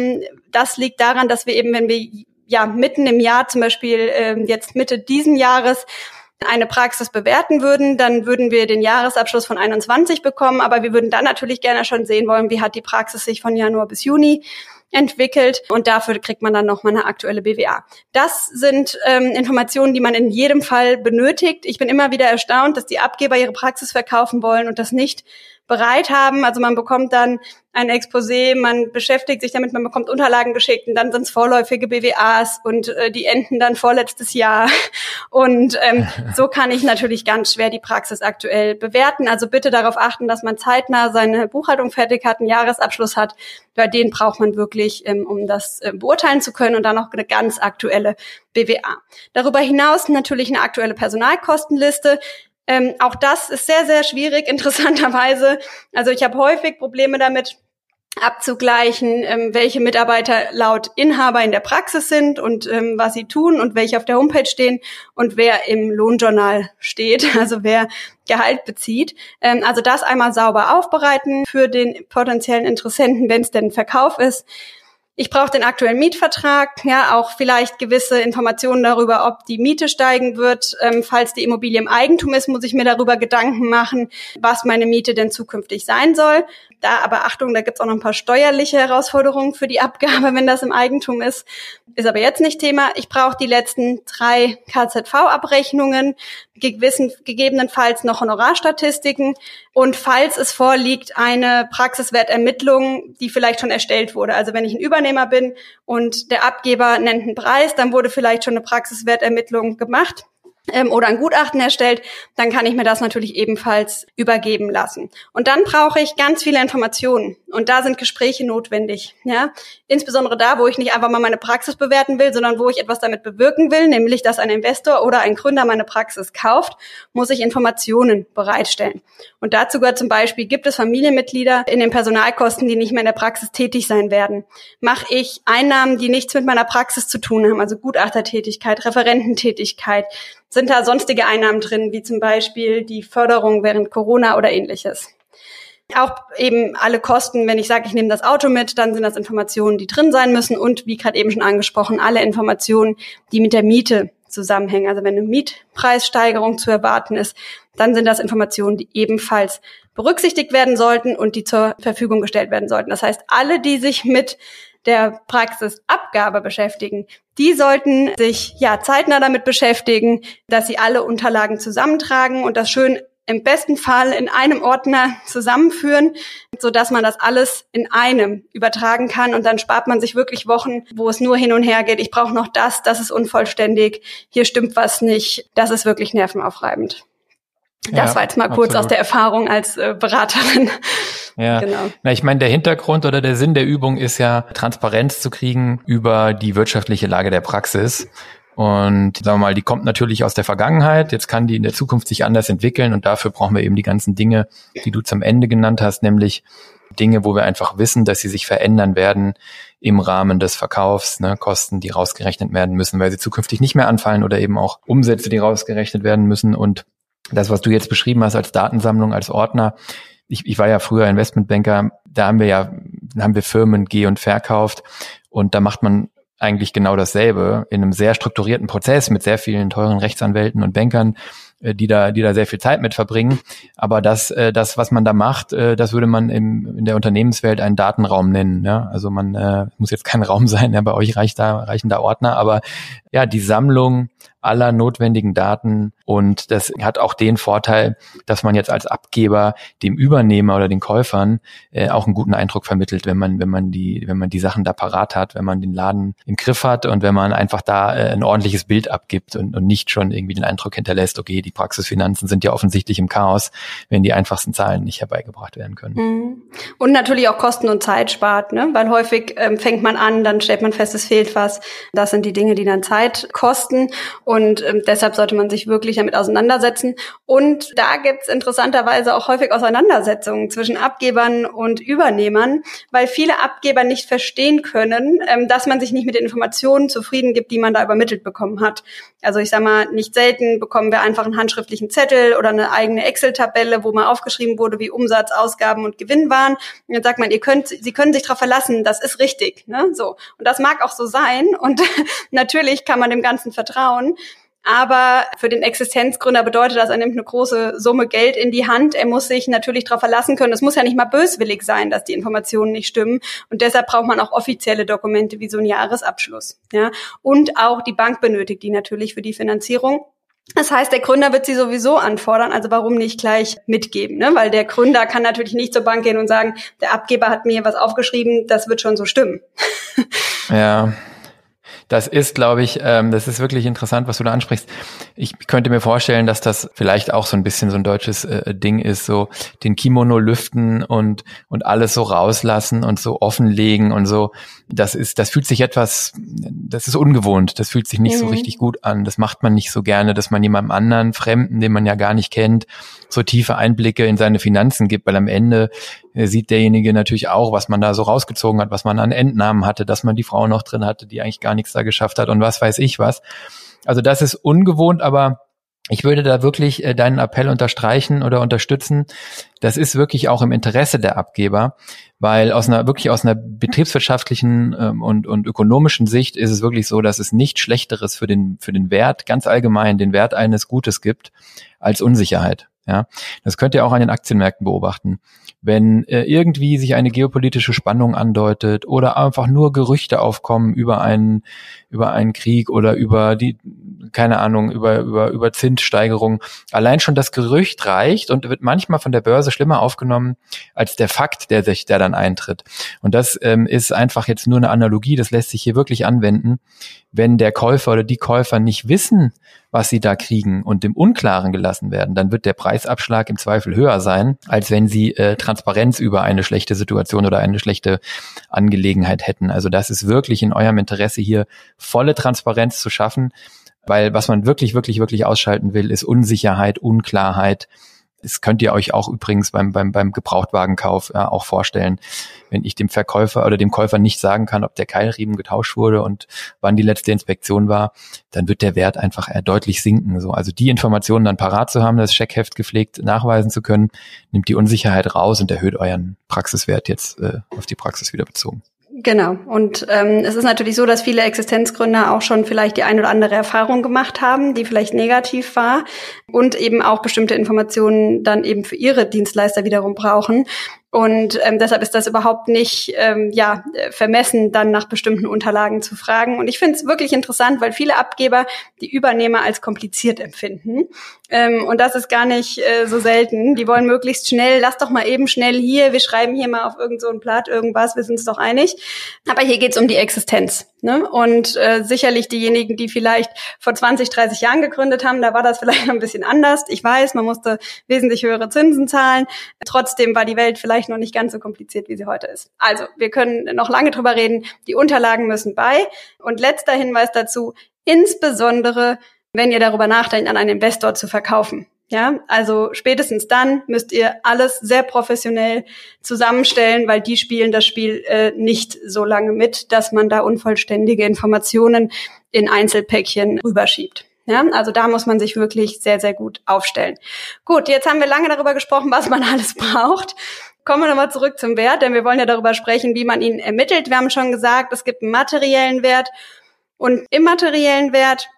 Das liegt daran, dass wir eben, wenn wir ja mitten im Jahr, zum Beispiel jetzt Mitte diesen Jahres, eine Praxis bewerten würden, dann würden wir den Jahresabschluss von einundzwanzig bekommen, aber wir würden dann natürlich gerne schon sehen wollen, wie hat die Praxis sich von Januar bis Juni entwickelt, und dafür kriegt man dann nochmal eine aktuelle B W A. Das sind ähm, Informationen, die man in jedem Fall benötigt. Ich bin immer wieder erstaunt, dass die Abgeber ihre Praxis verkaufen wollen und das nicht bereit haben. Also man bekommt dann ein Exposé, man beschäftigt sich damit, man bekommt Unterlagen geschickt und dann sind es vorläufige B W As und äh, die enden dann vorletztes Jahr. Und ähm, so kann ich natürlich ganz schwer die Praxis aktuell bewerten. Also bitte darauf achten, dass man zeitnah seine Buchhaltung fertig hat, einen Jahresabschluss hat, weil den braucht man wirklich, ähm, um das äh, beurteilen zu können, und dann noch eine ganz aktuelle B W A. Darüber hinaus natürlich eine aktuelle Personalkostenliste. Ähm, auch das ist sehr, sehr schwierig, interessanterweise. Also ich habe häufig Probleme damit, abzugleichen, ähm, welche Mitarbeiter laut Inhaber in der Praxis sind und ähm, was sie tun und welche auf der Homepage stehen und wer im Lohnjournal steht, also wer Gehalt bezieht. Ähm, also das einmal sauber aufbereiten für den potenziellen Interessenten, wenn es denn ein Verkauf ist. Ich brauche den aktuellen Mietvertrag, ja, auch vielleicht gewisse Informationen darüber, ob die Miete steigen wird. Ähm, falls die Immobilie im Eigentum ist, muss ich mir darüber Gedanken machen, was meine Miete denn zukünftig sein soll. Da aber Achtung, da gibt's auch noch ein paar steuerliche Herausforderungen für die Abgabe, wenn das im Eigentum ist. Ist aber jetzt nicht Thema. Ich brauche die letzten drei K Z V-Abrechnungen, gewissen, gegebenenfalls noch Honorarstatistiken und falls es vorliegt, eine Praxiswertermittlung, die vielleicht schon erstellt wurde. Also wenn ich ein Übernehmer bin und der Abgeber nennt einen Preis, dann wurde vielleicht schon eine Praxiswertermittlung gemacht ähm, oder ein Gutachten erstellt, dann kann ich mir das natürlich ebenfalls übergeben lassen. Und dann brauche ich ganz viele Informationen und da sind Gespräche notwendig, ja, insbesondere da, wo ich nicht einfach mal meine Praxis bewerten will, sondern wo ich etwas damit bewirken will, nämlich, dass ein Investor oder ein Gründer meine Praxis kauft, muss ich Informationen bereitstellen. Und dazu gehört zum Beispiel, gibt es Familienmitglieder in den Personalkosten, die nicht mehr in der Praxis tätig sein werden? Mache ich Einnahmen, die nichts mit meiner Praxis zu tun haben, also Gutachtertätigkeit, Referententätigkeit? Sind da sonstige Einnahmen drin, wie zum Beispiel die Förderung während Corona oder ähnliches? Auch eben alle Kosten, wenn ich sage, ich nehme das Auto mit, dann sind das Informationen, die drin sein müssen und wie gerade eben schon angesprochen, alle Informationen, die mit der Miete zusammenhängen. Also wenn eine Mietpreissteigerung zu erwarten ist, dann sind das Informationen, die ebenfalls berücksichtigt werden sollten und die zur Verfügung gestellt werden sollten. Das heißt, alle, die sich mit der Praxisabgabe beschäftigen, die sollten sich ja zeitnah damit beschäftigen, dass sie alle Unterlagen zusammentragen und das schön im besten Fall in einem Ordner zusammenführen, so dass man das alles in einem übertragen kann und dann spart man sich wirklich Wochen, wo es nur hin und her geht. Ich brauche noch das, das ist unvollständig, hier stimmt was nicht. Das ist wirklich nervenaufreibend. Das ja, war jetzt mal kurz absolut. Aus der Erfahrung als äh, Beraterin. Ja, genau. Na, ich meine, der Hintergrund oder der Sinn der Übung ist ja, Transparenz zu kriegen über die wirtschaftliche Lage der Praxis. Und sagen wir mal, die kommt natürlich aus der Vergangenheit. Jetzt kann die in der Zukunft sich anders entwickeln und dafür brauchen wir eben die ganzen Dinge, die du zum Ende genannt hast, nämlich Dinge, wo wir einfach wissen, dass sie sich verändern werden im Rahmen des Verkaufs, ne, Kosten, die rausgerechnet werden müssen, weil sie zukünftig nicht mehr anfallen oder eben auch Umsätze, die rausgerechnet werden müssen. Und das, was du jetzt beschrieben hast als Datensammlung, als Ordner, ich, ich war ja früher Investmentbanker, da haben wir ja, haben wir Firmen geh- und verkauft und da macht man eigentlich genau dasselbe in einem sehr strukturierten Prozess mit sehr vielen teuren Rechtsanwälten und Bankern, die da, die da sehr viel Zeit mit verbringen. Aber das, äh, das, was man da macht, äh, das würde man im, in der Unternehmenswelt einen Datenraum nennen. Ja? Also man äh, muss jetzt kein Raum sein, ja, bei euch reicht da, reichen da Ordner, aber ja, die Sammlung aller notwendigen Daten, und das hat auch den Vorteil, dass man jetzt als Abgeber dem Übernehmer oder den Käufern äh, auch einen guten Eindruck vermittelt, wenn man wenn man die wenn man die Sachen da parat hat, wenn man den Laden im Griff hat und wenn man einfach da äh, ein ordentliches Bild abgibt und, und nicht schon irgendwie den Eindruck hinterlässt, okay, die Praxisfinanzen sind ja offensichtlich im Chaos, wenn die einfachsten Zahlen nicht herbeigebracht werden können. Und natürlich auch Kosten und Zeit spart, ne? Weil häufig ähm, fängt man an, dann stellt man fest, es fehlt was. Das sind die Dinge, die dann Zeit kosten. Und ähm, deshalb sollte man sich wirklich damit auseinandersetzen. Und da gibt's interessanterweise auch häufig Auseinandersetzungen zwischen Abgebern und Übernehmern, weil viele Abgeber nicht verstehen können, ähm, dass man sich nicht mit den Informationen zufrieden gibt, die man da übermittelt bekommen hat. Also ich sag mal, nicht selten bekommen wir einfach einen handschriftlichen Zettel oder eine eigene Excel-Tabelle, wo mal aufgeschrieben wurde, wie Umsatz, Ausgaben und Gewinn waren. Und dann sagt man, ihr könnt, Sie können sich darauf verlassen, das ist richtig, ne? So. Und das mag auch so sein. Und natürlich kann man dem Ganzen vertrauen. Aber für den Existenzgründer bedeutet das, er nimmt eine große Summe Geld in die Hand. Er muss sich natürlich darauf verlassen können. Es muss ja nicht mal böswillig sein, dass die Informationen nicht stimmen. Und deshalb braucht man auch offizielle Dokumente wie so einen Jahresabschluss. Ja. Und auch die Bank benötigt die natürlich für die Finanzierung. Das heißt, der Gründer wird sie sowieso anfordern, also warum nicht gleich mitgeben, ne? Weil der Gründer kann natürlich nicht zur Bank gehen und sagen, der Abgeber hat mir was aufgeschrieben, das wird schon so stimmen. Ja. Das ist, glaube ich, ähm, das ist wirklich interessant, was du da ansprichst. Ich könnte mir vorstellen, dass das vielleicht auch so ein bisschen so ein deutsches äh, Ding ist, so den Kimono lüften und und alles so rauslassen und so offenlegen und so. Das ist, das fühlt sich etwas, das ist ungewohnt. Das fühlt sich nicht mhm. so richtig gut an. Das macht man nicht so gerne, dass man jemandem anderen, Fremden, den man ja gar nicht kennt, so tiefe Einblicke in seine Finanzen gibt, weil am Ende sieht derjenige natürlich auch, was man da so rausgezogen hat, was man an Entnahmen hatte, dass man die Frau noch drin hatte, die eigentlich gar nichts da geschafft hat und was weiß ich was. Also das ist ungewohnt, aber ich würde da wirklich äh, deinen Appell unterstreichen oder unterstützen. Das ist wirklich auch im Interesse der Abgeber, weil aus einer wirklich aus einer betriebswirtschaftlichen ähm, und und ökonomischen Sicht ist es wirklich so, dass es nichts Schlechteres für den für den Wert, ganz allgemein den Wert eines Gutes gibt, als Unsicherheit. Ja, das könnt ihr auch an den Aktienmärkten beobachten. Wenn äh, irgendwie sich eine geopolitische Spannung andeutet oder einfach nur Gerüchte aufkommen über einen über einen Krieg oder über die, keine Ahnung, über über über Zinssteigerung, allein schon das Gerücht reicht und wird manchmal von der Börse schlimmer aufgenommen als der Fakt, der sich der dann eintritt. Und das ähm, ist einfach jetzt nur eine Analogie, das lässt sich hier wirklich anwenden. Wenn der Käufer oder die Käufer nicht wissen, was sie da kriegen und im Unklaren gelassen werden, dann wird der Preisabschlag im Zweifel höher sein, als wenn sie äh, Transparenz über eine schlechte Situation oder eine schlechte Angelegenheit hätten. Also das ist wirklich in eurem Interesse, hier volle Transparenz zu schaffen, weil was man wirklich, wirklich, wirklich ausschalten will, ist Unsicherheit, Unklarheit. Das könnt ihr euch auch übrigens beim beim beim Gebrauchtwagenkauf ja, auch vorstellen. Wenn ich dem Verkäufer oder dem Käufer nicht sagen kann, ob der Keilriemen getauscht wurde und wann die letzte Inspektion war, dann wird der Wert einfach eher deutlich sinken. So, also die Informationen dann parat zu haben, das Scheckheft gepflegt nachweisen zu können, nimmt die Unsicherheit raus und erhöht euren Praxiswert jetzt äh, auf die Praxis wieder bezogen. Genau. Und ähm, es ist natürlich so, dass viele Existenzgründer auch schon vielleicht die ein oder andere Erfahrung gemacht haben, die vielleicht negativ war und eben auch bestimmte Informationen dann eben für ihre Dienstleister wiederum brauchen. Und ähm, deshalb ist das überhaupt nicht ähm, ja vermessen, dann nach bestimmten Unterlagen zu fragen. Und ich finde es wirklich interessant, weil viele Abgeber die Übernehmer als kompliziert empfinden. Ähm, und das ist gar nicht äh, so selten. Die wollen möglichst schnell, lass doch mal eben schnell hier, wir schreiben hier mal auf irgend so ein Blatt irgendwas, wir sind uns doch einig. Aber hier geht's um die Existenz. Ne? Und äh, sicherlich diejenigen, die vielleicht vor zwanzig, dreißig Jahren gegründet haben, da war das vielleicht noch ein bisschen anders. Ich weiß, man musste wesentlich höhere Zinsen zahlen. Trotzdem war die Welt vielleicht noch nicht ganz so kompliziert, wie sie heute ist. Also, wir können noch lange drüber reden. Die Unterlagen müssen bei. Und letzter Hinweis dazu, insbesondere, wenn ihr darüber nachdenkt, an einen Investor zu verkaufen. Ja, also spätestens dann müsst ihr alles sehr professionell zusammenstellen, weil die spielen das Spiel äh, nicht so lange mit, dass man da unvollständige Informationen in Einzelpäckchen rüberschiebt. Ja, also da muss man sich wirklich sehr, sehr gut aufstellen. Gut, jetzt haben wir lange darüber gesprochen, was man alles braucht. Kommen wir nochmal zurück zum Wert, denn wir wollen ja darüber sprechen, wie man ihn ermittelt. Wir haben schon gesagt, es gibt einen materiellen Wert und immateriellen Wert.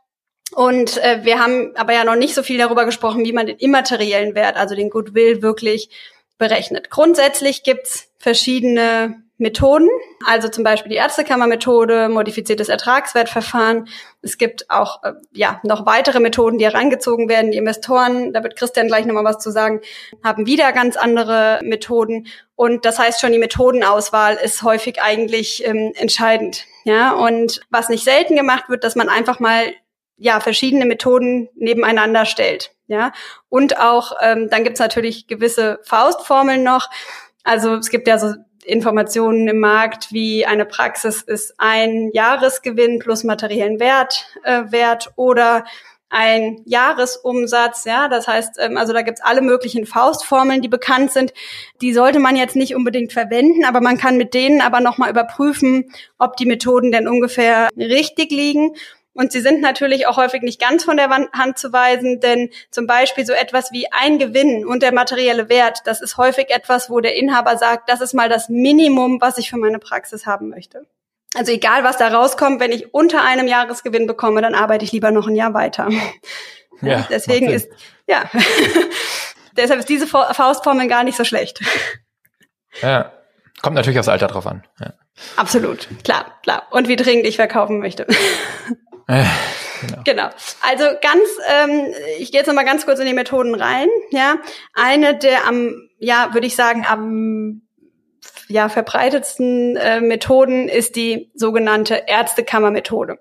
Und äh, wir haben aber ja noch nicht so viel darüber gesprochen, wie man den immateriellen Wert, also den Goodwill, wirklich berechnet. Grundsätzlich gibt's verschiedene Methoden, also zum Beispiel die Ärztekammer-Methode, modifiziertes Ertragswertverfahren. Es gibt auch äh, ja noch weitere Methoden, die herangezogen werden. Die Investoren, da wird Christian gleich nochmal was zu sagen, haben wieder ganz andere Methoden. Und das heißt schon, die Methodenauswahl ist häufig eigentlich ähm, entscheidend. Ja, und was nicht selten gemacht wird, dass man einfach mal ja verschiedene Methoden nebeneinander stellt. Ja, und auch ähm, dann gibt's natürlich gewisse Faustformeln noch. Also es gibt ja so Informationen im Markt, wie eine Praxis ist ein Jahresgewinn plus materiellen Wert, äh, Wert oder ein Jahresumsatz, ja, das heißt, ähm, also da gibt's alle möglichen Faustformeln, die bekannt sind. Die sollte man jetzt nicht unbedingt verwenden, aber man kann mit denen aber nochmal überprüfen, ob die Methoden denn ungefähr richtig liegen. Und sie sind natürlich auch häufig nicht ganz von der Hand zu weisen, denn zum Beispiel so etwas wie ein Gewinn und der materielle Wert, das ist häufig etwas, wo der Inhaber sagt, das ist mal das Minimum, was ich für meine Praxis haben möchte. Also egal, was da rauskommt, wenn ich unter einem Jahresgewinn bekomme, dann arbeite ich lieber noch ein Jahr weiter. Ja, deswegen ist, ja, deshalb ist diese Faustformel gar nicht so schlecht. Ja, kommt natürlich aufs Alter drauf an. Ja. Absolut, klar, klar. Und wie dringend ich verkaufen möchte. Genau. genau. Also ganz, ähm, ich gehe jetzt noch mal ganz kurz in die Methoden rein. Ja, eine der am, ja, würde ich sagen, am ja verbreitetsten äh, Methoden ist die sogenannte Ärztekammer-Methode.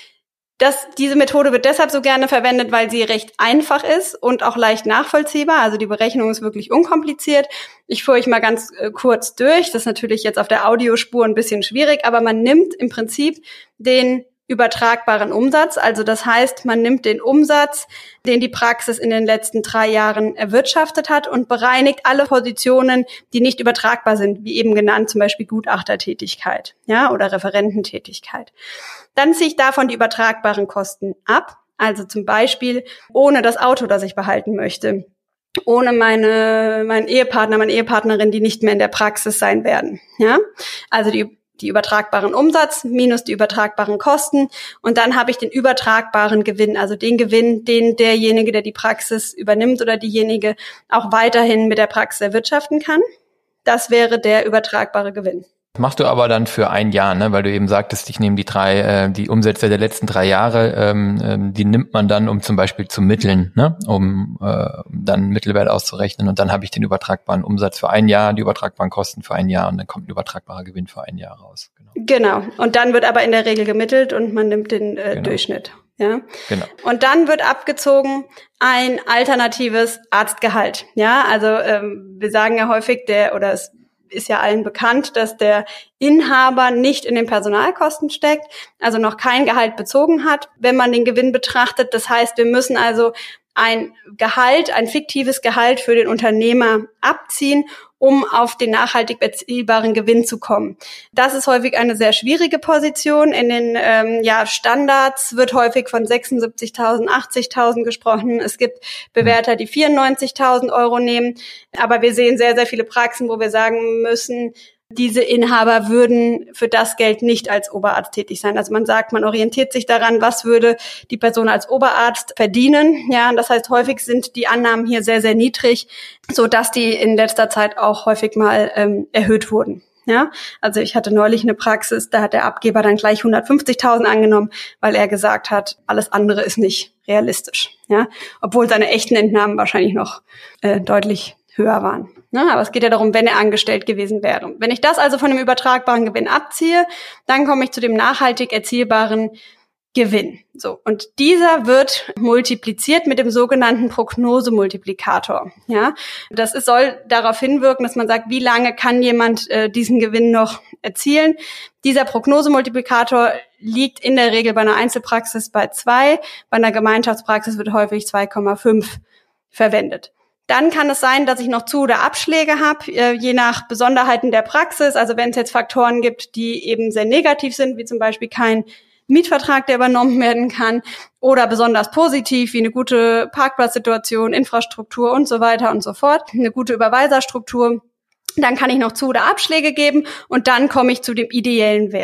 Das, diese Methode wird deshalb so gerne verwendet, weil sie recht einfach ist und auch leicht nachvollziehbar. Also die Berechnung ist wirklich unkompliziert. Ich führe euch mal ganz äh, kurz durch. Das ist natürlich jetzt auf der Audiospur ein bisschen schwierig, aber man nimmt im Prinzip den übertragbaren Umsatz. Also das heißt, man nimmt den Umsatz, den die Praxis in den letzten drei Jahren erwirtschaftet hat und bereinigt alle Positionen, die nicht übertragbar sind, wie eben genannt, zum Beispiel Gutachtertätigkeit, ja, oder Referententätigkeit. Dann ziehe ich davon die übertragbaren Kosten ab. Also zum Beispiel ohne das Auto, das ich behalten möchte, ohne meine, meinen Ehepartner, meine Ehepartnerin, die nicht mehr in der Praxis sein werden, ja. Also die die übertragbaren Umsatz minus die übertragbaren Kosten und dann habe ich den übertragbaren Gewinn, also den Gewinn, den derjenige, der die Praxis übernimmt oder diejenige auch weiterhin mit der Praxis erwirtschaften kann. Das wäre der übertragbare Gewinn. Machst du aber dann für ein Jahr, ne? Weil du eben sagtest, ich nehme die drei, äh, die Umsätze der letzten drei Jahre, ähm, ähm, die nimmt man dann, um zum Beispiel zu mitteln, ne? Um äh, dann Mittelwert auszurechnen und dann habe ich den übertragbaren Umsatz für ein Jahr, die übertragbaren Kosten für ein Jahr und dann kommt ein übertragbarer Gewinn für ein Jahr raus. Genau. Genau. Und dann wird aber in der Regel gemittelt und man nimmt den äh, genau. Durchschnitt. Ja. Genau. Und dann wird abgezogen ein alternatives Arztgehalt. Ja, also ähm, wir sagen ja häufig, der oder es ist ja allen bekannt, dass der Inhaber nicht in den Personalkosten steckt, also noch kein Gehalt bezogen hat, wenn man den Gewinn betrachtet. Das heißt, wir müssen also ein Gehalt, ein fiktives Gehalt für den Unternehmer abziehen, um auf den nachhaltig erzielbaren Gewinn zu kommen. Das ist häufig eine sehr schwierige Position. In den ähm, ja, Standards wird häufig von sechsundsiebzigtausend, achtzigtausend gesprochen. Es gibt Bewerter, die vierundneunzigtausend Euro nehmen. Aber wir sehen sehr, sehr viele Praxen, wo wir sagen müssen, diese Inhaber würden für das Geld nicht als Oberarzt tätig sein. Also man sagt, man orientiert sich daran, was würde die Person als Oberarzt verdienen. Ja, und das heißt, häufig sind die Annahmen hier sehr, sehr niedrig, so dass die in letzter Zeit auch häufig mal ähm, erhöht wurden. Ja, also ich hatte neulich eine Praxis, da hat der Abgeber dann gleich hundertfünfzigtausend angenommen, weil er gesagt hat, alles andere ist nicht realistisch. Ja, obwohl seine echten Entnahmen wahrscheinlich noch äh, deutlich höher waren. Ja, aber es geht ja darum, wenn er angestellt gewesen wäre. Wenn ich das also von dem übertragbaren Gewinn abziehe, dann komme ich zu dem nachhaltig erzielbaren Gewinn. So. Und dieser wird multipliziert mit dem sogenannten Prognosemultiplikator. Ja, das ist, soll darauf hinwirken, dass man sagt, wie lange kann jemand äh, diesen Gewinn noch erzielen? Dieser Prognosemultiplikator liegt in der Regel bei einer Einzelpraxis bei zwei, bei einer Gemeinschaftspraxis wird häufig zwei Komma fünf verwendet. Dann kann es sein, dass ich noch Zu- oder Abschläge habe, äh, je nach Besonderheiten der Praxis. Also wenn es jetzt Faktoren gibt, die eben sehr negativ sind, wie zum Beispiel kein Mietvertrag, der übernommen werden kann, oder besonders positiv, wie eine gute Parkplatzsituation, Infrastruktur und so weiter und so fort, eine gute Überweiserstruktur, dann kann ich noch Zu- oder Abschläge geben und dann komme ich zu dem ideellen Wert.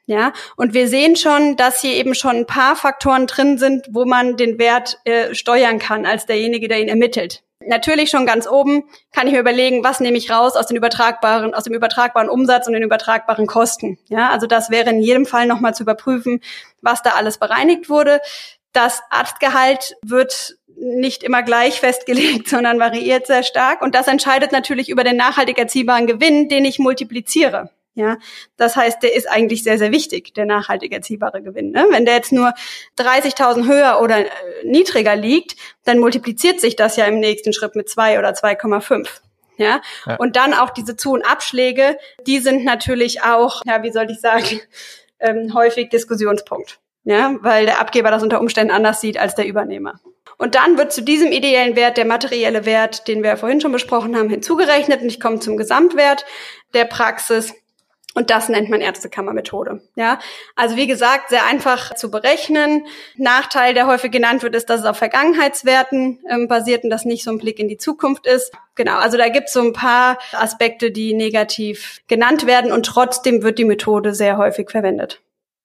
Ja, und wir sehen schon, dass hier eben schon ein paar Faktoren drin sind, wo man den Wert äh, steuern kann als derjenige, der ihn ermittelt. Natürlich schon ganz oben kann ich mir überlegen, was nehme ich raus aus den übertragbaren, aus dem übertragbaren Umsatz und den übertragbaren Kosten. Ja, also das wäre in jedem Fall nochmal zu überprüfen, was da alles bereinigt wurde. Das Arztgehalt wird nicht immer gleich festgelegt, sondern variiert sehr stark. Und das entscheidet natürlich über den nachhaltig erzielbaren Gewinn, den ich multipliziere. Ja, das heißt, der ist eigentlich sehr, sehr wichtig, der nachhaltig erzielbare Gewinn. Ne? Wenn der jetzt nur dreißigtausend höher oder äh, niedriger liegt, dann multipliziert sich das ja im nächsten Schritt mit zwei oder zwei Komma fünf. Ja? ja, und dann auch diese Zu- und Abschläge, die sind natürlich auch, ja, wie soll ich sagen, ähm, häufig Diskussionspunkt. Ja, weil der Abgeber das unter Umständen anders sieht als der Übernehmer. Und dann wird zu diesem ideellen Wert der materielle Wert, den wir vorhin schon besprochen haben, hinzugerechnet und ich komme zum Gesamtwert der Praxis. Und das nennt man Ärztekammermethode. Ja, also wie gesagt, sehr einfach zu berechnen. Nachteil, der häufig genannt wird, ist, dass es auf Vergangenheitswerten ähm, basiert und das nicht so ein Blick in die Zukunft ist. Genau, also da gibt es so ein paar Aspekte, die negativ genannt werden und trotzdem wird die Methode sehr häufig verwendet.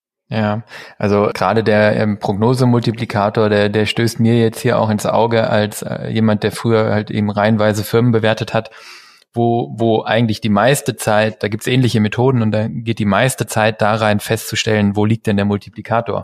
Ja, also gerade der ähm, Prognosemultiplikator, der der stößt mir jetzt hier auch ins Auge als äh, jemand, der früher halt eben reihenweise Firmen bewertet hat, wo wo eigentlich die meiste Zeit, da gibt's ähnliche Methoden und da geht die meiste Zeit da rein festzustellen, wo liegt denn der Multiplikator.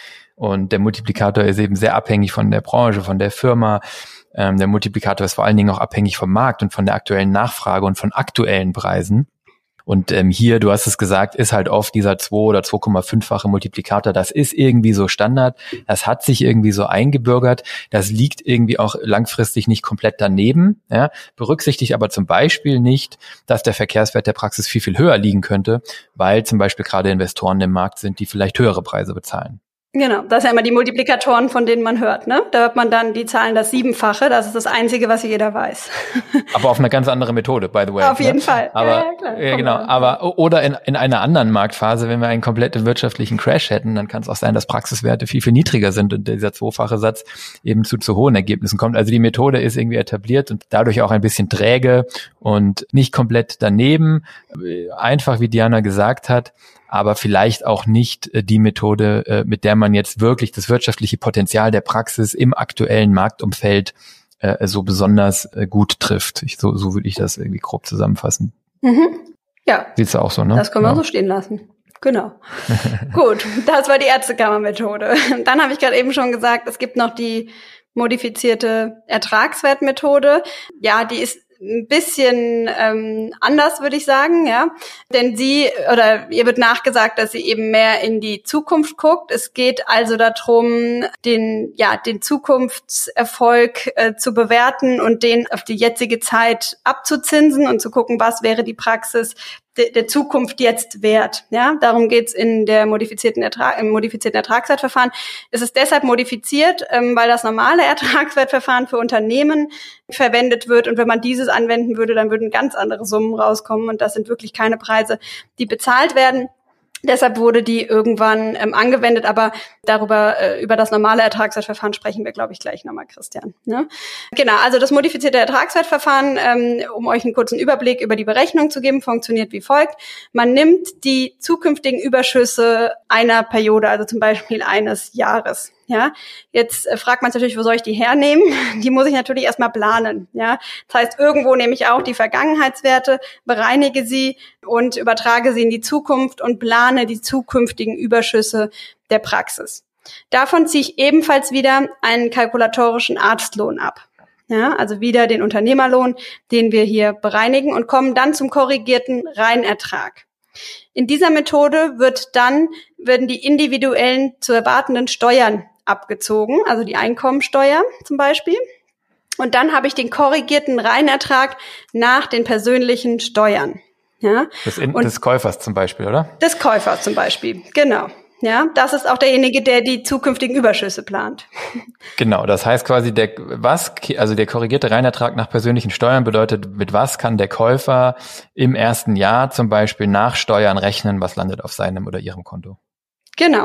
Und der Multiplikator ist eben sehr abhängig von der Branche, von der Firma. Ähm, der Multiplikator ist vor allen Dingen auch abhängig vom Markt und von der aktuellen Nachfrage und von aktuellen Preisen. Und ähm, hier, du hast es gesagt, ist halt oft dieser zwei- oder zwei Komma fünffache Multiplikator. Das ist irgendwie so Standard. Das hat sich irgendwie so eingebürgert. Das liegt irgendwie auch langfristig nicht komplett daneben. Ja, berücksichtigt aber zum Beispiel nicht, dass der Verkehrswert der Praxis viel, viel höher liegen könnte, weil zum Beispiel gerade Investoren im Markt sind, die vielleicht höhere Preise bezahlen. Genau, das sind ja immer die Multiplikatoren, von denen man hört, ne? Da hört man dann die Zahlen das Siebenfache, das ist das Einzige, was jeder weiß. Aber auf eine ganz andere Methode, by the way. Auf jeden ne? Fall. Aber, ja, ja, klar. Ja, genau. Aber, oder in, in einer anderen Marktphase, wenn wir einen kompletten wirtschaftlichen Crash hätten, dann kann es auch sein, dass Praxiswerte viel, viel niedriger sind und dieser zweifache Satz eben zu zu hohen Ergebnissen kommt. Also die Methode ist irgendwie etabliert und dadurch auch ein bisschen träge und nicht komplett daneben. Einfach, wie Diana gesagt hat, aber vielleicht auch nicht äh, die Methode, äh, mit der man jetzt wirklich das wirtschaftliche Potenzial der Praxis im aktuellen Marktumfeld äh, so besonders äh, gut trifft. Ich, so, so würde ich das irgendwie grob zusammenfassen. Mhm. Ja. Sieht's auch so, ne? Das können wir ja. so stehen lassen. Genau. Gut, das war die Ärztekammermethode. Dann habe ich gerade eben schon gesagt, es gibt noch die modifizierte Ertragswertmethode. Ja, die ist ein bisschen ähm, anders, würde ich sagen, ja, denn sie oder ihr wird nachgesagt, dass sie eben mehr in die Zukunft guckt. Es geht also darum, den ja den Zukunftserfolg äh, zu bewerten und den auf die jetzige Zeit abzuzinsen und zu gucken, was wäre die Praxis de, der Zukunft jetzt wert. Ja, darum geht's in der modifizierten Ertrag, im modifizierten Ertragswertverfahren. Es ist deshalb modifiziert, ähm, weil das normale Ertragswertverfahren für Unternehmen verwendet wird und wenn man dieses anwenden würde, dann würden ganz andere Summen rauskommen und das sind wirklich keine Preise, die bezahlt werden. Deshalb wurde die irgendwann ähm, angewendet, aber darüber, äh, über das normale Ertragswertverfahren sprechen wir, glaube ich, gleich nochmal, Christian. Ne? Genau, also das modifizierte Ertragswertverfahren, ähm, um euch einen kurzen Überblick über die Berechnung zu geben, funktioniert wie folgt. Man nimmt die zukünftigen Überschüsse einer Periode, also zum Beispiel eines Jahres. Ja, jetzt äh, fragt man sich natürlich, wo soll ich die hernehmen? Die muss ich natürlich erstmal planen. Ja, das heißt, irgendwo nehme ich auch die Vergangenheitswerte, bereinige sie und übertrage sie in die Zukunft und plane die zukünftigen Überschüsse der Praxis. Davon ziehe ich ebenfalls wieder einen kalkulatorischen Arztlohn ab. Ja, also wieder den Unternehmerlohn, den wir hier bereinigen und kommen dann zum korrigierten Reinertrag. In dieser Methode wird dann, werden die individuellen zu erwartenden Steuern abgezogen, also die Einkommensteuer zum Beispiel. Und dann habe ich den korrigierten Reinertrag nach den persönlichen Steuern. Ja? Des, in, des Käufers zum Beispiel, oder? Des Käufers zum Beispiel, genau. Ja, das ist auch derjenige, der die zukünftigen Überschüsse plant. Genau, das heißt quasi, der was, also der korrigierte Reinertrag nach persönlichen Steuern bedeutet, mit was kann der Käufer im ersten Jahr zum Beispiel nach Steuern rechnen, was landet auf seinem oder ihrem Konto? Genau.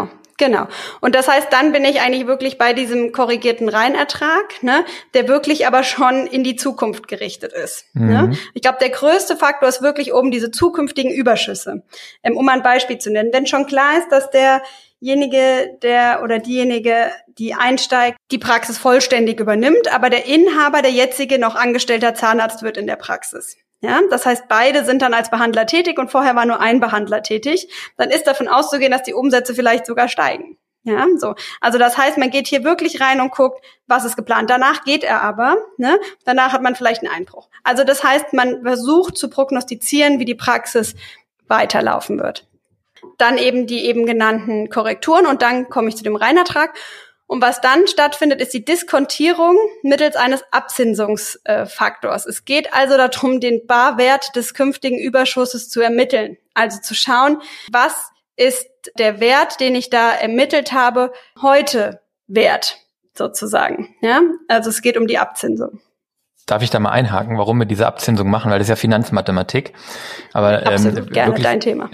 Genau. Und das heißt, dann bin ich eigentlich wirklich bei diesem korrigierten Reinertrag, ne, der wirklich aber schon in die Zukunft gerichtet ist. Mhm. Ne? Ich glaube, der größte Faktor ist wirklich oben diese zukünftigen Überschüsse. Ähm, um mal ein Beispiel zu nennen. Wenn schon klar ist, dass derjenige, der oder diejenige, die einsteigt, die Praxis vollständig übernimmt, aber der Inhaber, der jetzige noch angestellter Zahnarzt wird in der Praxis. Ja, das heißt, beide sind dann als Behandler tätig und vorher war nur ein Behandler tätig. Dann ist davon auszugehen, dass die Umsätze vielleicht sogar steigen. Ja, so. Also das heißt, man geht hier wirklich rein und guckt, was ist geplant. Danach geht er aber, ne? Danach hat man vielleicht einen Einbruch. Also das heißt, man versucht zu prognostizieren, wie die Praxis weiterlaufen wird. Dann eben die eben genannten Korrekturen und dann komme ich zu dem Reinertrag. Und was dann stattfindet, ist die Diskontierung mittels eines Abzinsungsfaktors. Es geht also darum, den Barwert des künftigen Überschusses zu ermitteln. Also zu schauen, was ist der Wert, den ich da ermittelt habe, heute wert, sozusagen. Ja, also es geht um die Abzinsung. Darf ich da mal einhaken, warum wir diese Abzinsung machen? Weil das ist ja Finanzmathematik. Aber absolut, ähm, gerne wirklich, dein Thema.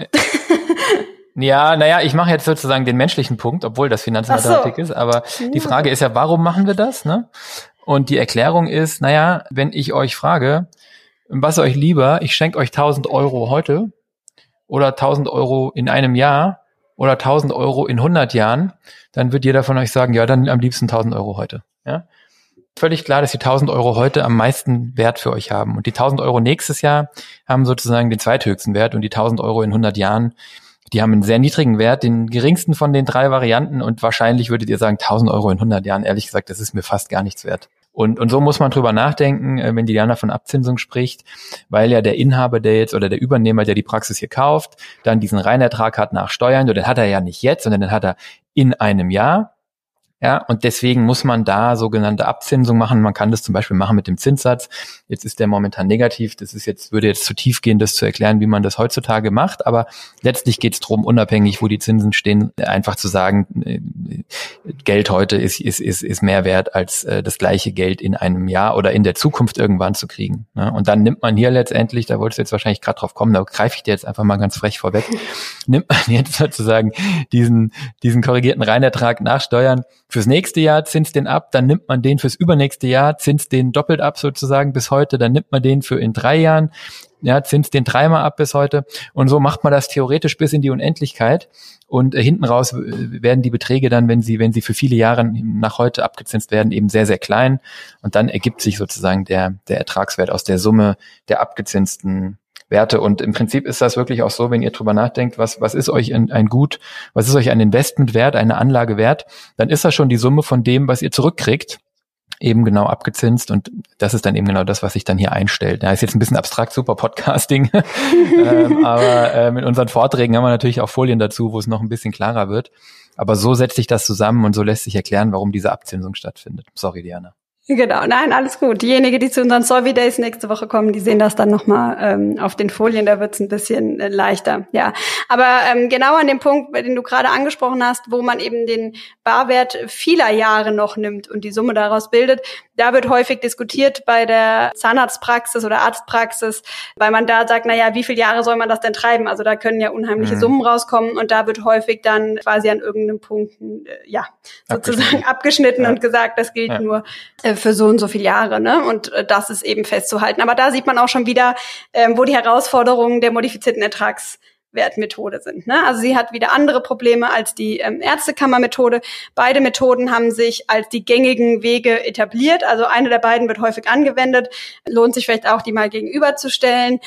Ja, naja, ich mache jetzt sozusagen den menschlichen Punkt, obwohl das Finanzmathematik so ist. Aber die Frage ist ja, warum machen wir das? Ne? Und die Erklärung ist, naja, wenn ich euch frage, was ist euch lieber, ich schenke euch tausend Euro heute oder tausend Euro in einem Jahr oder tausend Euro in hundert Jahren, dann wird jeder von euch sagen, ja, dann am liebsten tausend Euro heute. Ja? Völlig klar, dass die tausend Euro heute am meisten Wert für euch haben. Und die tausend Euro nächstes Jahr haben sozusagen den zweithöchsten Wert und die tausend Euro in hundert Jahren, die haben einen sehr niedrigen Wert, den geringsten von den drei Varianten und wahrscheinlich würdet ihr sagen, tausend Euro in hundert Jahren, ehrlich gesagt, das ist mir fast gar nichts wert. Und, und so muss man drüber nachdenken, wenn die Diana von Abzinsung spricht, weil ja der Inhaber, der jetzt oder der Übernehmer, der die Praxis hier kauft, dann diesen Reinertrag hat nach Steuern, und den hat er ja nicht jetzt, sondern den hat er in einem Jahr. Ja, und deswegen muss man da sogenannte Abzinsung machen. Man kann das zum Beispiel machen mit dem Zinssatz. Jetzt ist der momentan negativ. Das ist jetzt, würde jetzt zu tief gehen, das zu erklären, wie man das heutzutage macht. Aber letztlich geht es darum, unabhängig, wo die Zinsen stehen, einfach zu sagen, Geld heute ist, ist, ist, ist mehr wert als äh, das gleiche Geld in einem Jahr oder in der Zukunft irgendwann zu kriegen. Ja, und dann nimmt man hier letztendlich, da wolltest du jetzt wahrscheinlich gerade drauf kommen, da greife ich dir jetzt einfach mal ganz frech vorweg, nimmt man jetzt sozusagen diesen, diesen korrigierten Reinertrag nach Steuern fürs nächste Jahr, zinst den ab, dann nimmt man den fürs übernächste Jahr, zinst den doppelt ab sozusagen bis heute, dann nimmt man den für in drei Jahren, ja, zinst den dreimal ab bis heute und so macht man das theoretisch bis in die Unendlichkeit und äh, hinten raus werden die Beträge dann, wenn sie, wenn sie für viele Jahre nach heute abgezinst werden, eben sehr, sehr klein und dann ergibt sich sozusagen der, der Ertragswert aus der Summe der abgezinsten Werte. Und im Prinzip ist das wirklich auch so, wenn ihr drüber nachdenkt, was, was ist euch ein, ein Gut, was ist euch ein Investment wert, eine Anlage wert, dann ist das schon die Summe von dem, was ihr zurückkriegt, eben genau abgezinst. Und das ist dann eben genau das, was sich dann hier einstellt. Ja, ist jetzt ein bisschen abstrakt, super Podcasting. ähm, aber äh, mit unseren Vorträgen haben wir natürlich auch Folien dazu, wo es noch ein bisschen klarer wird. Aber so setzt sich das zusammen und so lässt sich erklären, warum diese Abzinsung stattfindet. Sorry, Diana. Genau, nein, alles gut. Diejenigen, die zu unseren Solvi Days nächste Woche kommen, die sehen das dann nochmal ähm, auf den Folien, da wird's ein bisschen äh, leichter. Ja, aber ähm, genau an dem Punkt, den du gerade angesprochen hast, wo man eben den Barwert vieler Jahre noch nimmt und die Summe daraus bildet, da wird häufig diskutiert bei der Zahnarztpraxis oder Arztpraxis, weil man da sagt, na ja, wie viele Jahre soll man das denn treiben? Also da können ja unheimliche mhm. Summen rauskommen und da wird häufig dann quasi an irgendeinem Punkt, äh, ja, sozusagen abgeschnitten, abgeschnitten ja. und gesagt, das gilt ja. nur äh, für so und so viele Jahre, ne? Und äh, das ist eben festzuhalten. Aber da sieht man auch schon wieder, ähm, wo die Herausforderungen der modifizierten Ertragswertmethode sind. Ne? Also sie hat wieder andere Probleme als die ähm, Ärztekammermethode. Beide Methoden haben sich als die gängigen Wege etabliert. Also eine der beiden wird häufig angewendet. Lohnt sich vielleicht auch, die mal gegenüberzustellen.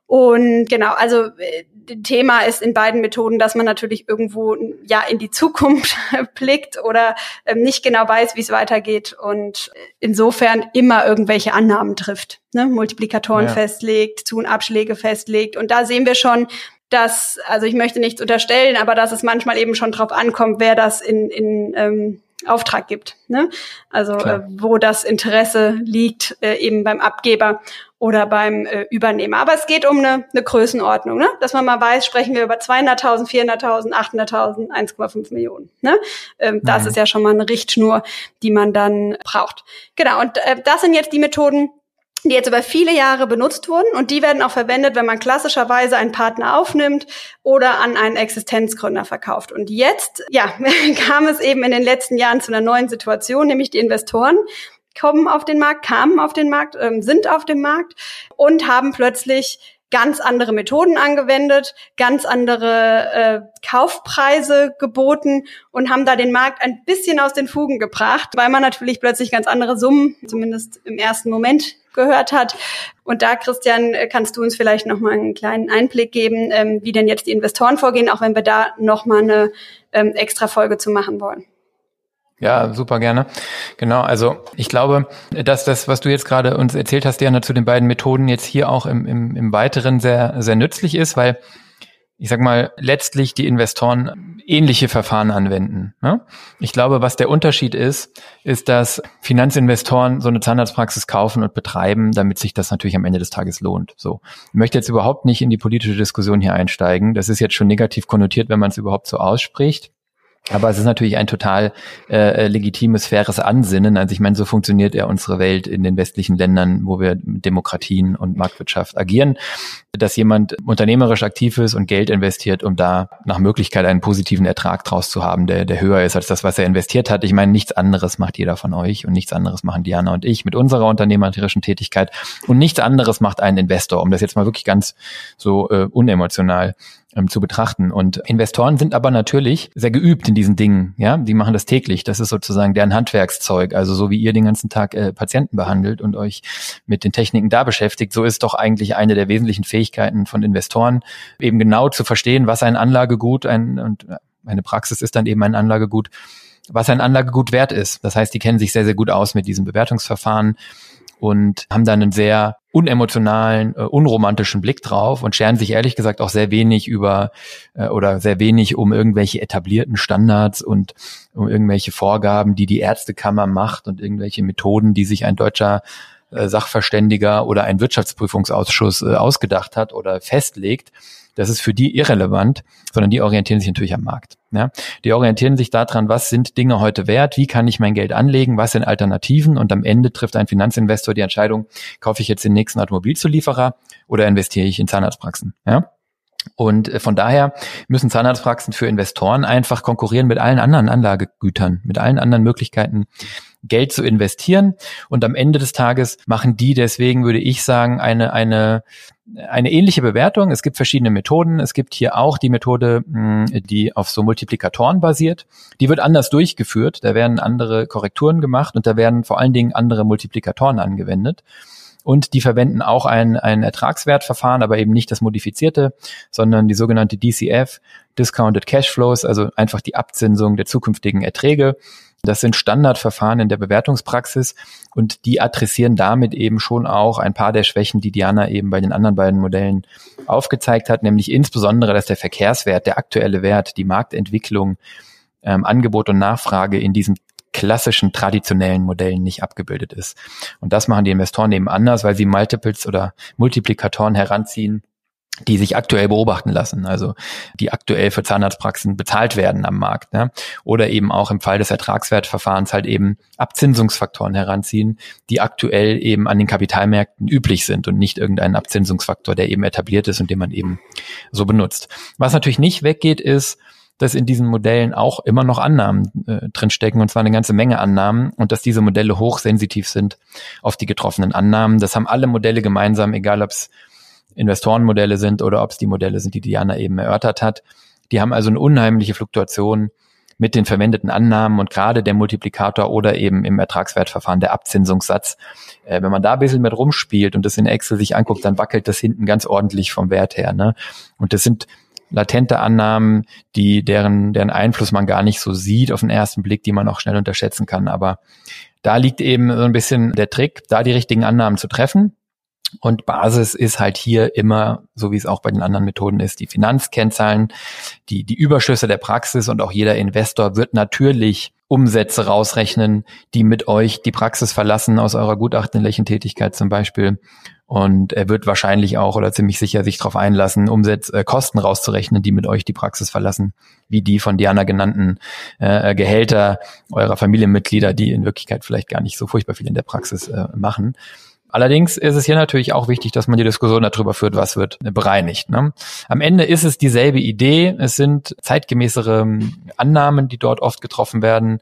Und genau, also äh, Thema ist in beiden Methoden, dass man natürlich irgendwo ja in die Zukunft blickt oder ähm, nicht genau weiß, wie es weitergeht und insofern immer irgendwelche Annahmen trifft, ne? Multiplikatoren ja. festlegt, Zu- und Abschläge festlegt und da sehen wir schon, dass, also ich möchte nichts unterstellen, aber dass es manchmal eben schon drauf ankommt, wer das in, in ähm, Auftrag gibt, ne? Also äh, wo das Interesse liegt, äh, eben beim Abgeber oder beim äh, Übernehmer. Aber es geht um eine, eine Größenordnung, ne? Dass man mal weiß, sprechen wir über zweihunderttausend, vierhunderttausend, achthunderttausend, eins Komma fünf Millionen. Ne? Ähm, das mhm. ist ja schon mal eine Richtschnur, die man dann braucht. Genau, und äh, das sind jetzt die Methoden, die jetzt über viele Jahre benutzt wurden und die werden auch verwendet, wenn man klassischerweise einen Partner aufnimmt oder an einen Existenzgründer verkauft. Und jetzt, ja, kam es eben in den letzten Jahren zu einer neuen Situation, nämlich die Investoren kommen auf den Markt, kamen auf den Markt, ähm, sind auf dem Markt und haben plötzlich ganz andere Methoden angewendet, ganz andere äh, Kaufpreise geboten und haben da den Markt ein bisschen aus den Fugen gebracht, weil man natürlich plötzlich ganz andere Summen, zumindest im ersten Moment, gehört hat. Und da, Christian, kannst du uns vielleicht noch mal einen kleinen Einblick geben, ähm, wie denn jetzt die Investoren vorgehen, auch wenn wir da noch mal eine ähm, extra Folge zu machen wollen. Ja, super gerne. Genau, also ich glaube, dass das, was du jetzt gerade uns erzählt hast, Diana, zu den beiden Methoden jetzt hier auch im, im, im Weiteren sehr, sehr nützlich ist, weil ich sag mal, letztlich die Investoren ähnliche Verfahren anwenden. Ne? Ich glaube, was der Unterschied ist, ist, dass Finanzinvestoren so eine Zahnarztpraxis kaufen und betreiben, damit sich das natürlich am Ende des Tages lohnt. So, ich möchte jetzt überhaupt nicht in die politische Diskussion hier einsteigen. Das ist jetzt schon negativ konnotiert, wenn man es überhaupt so ausspricht. Aber es ist natürlich ein total äh, legitimes, faires Ansinnen. Also ich meine, so funktioniert ja unsere Welt in den westlichen Ländern, wo wir mit Demokratien und Marktwirtschaft agieren, dass jemand unternehmerisch aktiv ist und Geld investiert, um da nach Möglichkeit einen positiven Ertrag draus zu haben, der, der höher ist als das, was er investiert hat. Ich meine, nichts anderes macht jeder von euch und nichts anderes machen Diana und ich mit unserer unternehmerischen Tätigkeit und nichts anderes macht ein Investor, um das jetzt mal wirklich ganz so äh, unemotional ähm, zu betrachten. Und Investoren sind aber natürlich sehr geübt in diesen Dingen, ja, die machen das täglich. Das ist sozusagen deren Handwerkszeug. Also so wie ihr den ganzen Tag äh, Patienten behandelt und euch mit den Techniken da beschäftigt, so ist doch eigentlich eine der wesentlichen Fähigkeiten von Investoren, eben genau zu verstehen, was ein Anlagegut, ein und eine Praxis ist dann eben ein Anlagegut, was ein Anlagegut wert ist. Das heißt, die kennen sich sehr, sehr gut aus mit diesem Bewertungsverfahren und haben dann einen sehr unemotionalen, uh, unromantischen Blick drauf und scheren sich ehrlich gesagt auch sehr wenig über uh, oder sehr wenig um irgendwelche etablierten Standards und um irgendwelche Vorgaben, die die Ärztekammer macht und irgendwelche Methoden, die sich ein deutscher uh, Sachverständiger oder ein Wirtschaftsprüfungsausschuss uh, ausgedacht hat oder festlegt. Das ist für die irrelevant, sondern die orientieren sich natürlich am Markt. Ja? Die orientieren sich daran, was sind Dinge heute wert, wie kann ich mein Geld anlegen, was sind Alternativen und am Ende trifft ein Finanzinvestor die Entscheidung, kaufe ich jetzt den nächsten Automobilzulieferer oder investiere ich in Zahnarztpraxen. Ja? Und von daher müssen Zahnarztpraxen für Investoren einfach konkurrieren mit allen anderen Anlagegütern, mit allen anderen Möglichkeiten, Geld zu investieren. Und am Ende des Tages machen die deswegen, würde ich sagen, eine eine eine ähnliche Bewertung. Es gibt verschiedene Methoden. Es gibt hier auch die Methode, die auf so Multiplikatoren basiert. Die wird anders durchgeführt. Da werden andere Korrekturen gemacht und da werden vor allen Dingen andere Multiplikatoren angewendet. Und die verwenden auch ein, ein Ertragswertverfahren, aber eben nicht das modifizierte, sondern die sogenannte D C F, Discounted Cash Flows, also einfach die Abzinsung der zukünftigen Erträge. Das sind Standardverfahren in der Bewertungspraxis und die adressieren damit eben schon auch ein paar der Schwächen, die Diana eben bei den anderen beiden Modellen aufgezeigt hat, nämlich insbesondere, dass der Verkehrswert, der aktuelle Wert, die Marktentwicklung, ähm, Angebot und Nachfrage in diesen klassischen, traditionellen Modellen nicht abgebildet ist. Und das machen die Investoren eben anders, weil sie Multiples oder Multiplikatoren heranziehen, die sich aktuell beobachten lassen, also die aktuell für Zahnarztpraxen bezahlt werden am Markt, ne? Oder eben auch im Fall des Ertragswertverfahrens halt eben Abzinsungsfaktoren heranziehen, die aktuell eben an den Kapitalmärkten üblich sind und nicht irgendein Abzinsungsfaktor, der eben etabliert ist und den man eben so benutzt. Was natürlich nicht weggeht, ist, dass in diesen Modellen auch immer noch Annahmen äh, drinstecken, und zwar eine ganze Menge Annahmen, und dass diese Modelle hochsensitiv sind auf die getroffenen Annahmen. Das haben alle Modelle gemeinsam, egal ob es Investorenmodelle sind oder ob es die Modelle sind, die Diana eben erörtert hat. Die haben also eine unheimliche Fluktuation mit den verwendeten Annahmen und gerade der Multiplikator oder eben im Ertragswertverfahren der Abzinsungssatz. Äh, wenn man da ein bisschen mit rumspielt und das in Excel sich anguckt, dann wackelt das hinten ganz ordentlich vom Wert her, ne? Und das sind latente Annahmen, die deren deren Einfluss man gar nicht so sieht auf den ersten Blick, die man auch schnell unterschätzen kann. Aber da liegt eben so ein bisschen der Trick, da die richtigen Annahmen zu treffen. Und Basis ist halt hier immer, so wie es auch bei den anderen Methoden ist, die Finanzkennzahlen, die die Überschüsse der Praxis, und auch jeder Investor wird natürlich Umsätze rausrechnen, die mit euch die Praxis verlassen aus eurer gutachterlichen Tätigkeit zum Beispiel. Und er wird wahrscheinlich auch oder ziemlich sicher sich darauf einlassen, Umsätze, äh, Kosten rauszurechnen, die mit euch die Praxis verlassen, wie die von Diana genannten äh, Gehälter eurer Familienmitglieder, die in Wirklichkeit vielleicht gar nicht so furchtbar viel in der Praxis äh, machen. Allerdings ist es hier natürlich auch wichtig, dass man die Diskussion darüber führt, was wird bereinigt. Ne? Am Ende ist es dieselbe Idee. Es sind zeitgemäßere Annahmen, die dort oft getroffen werden.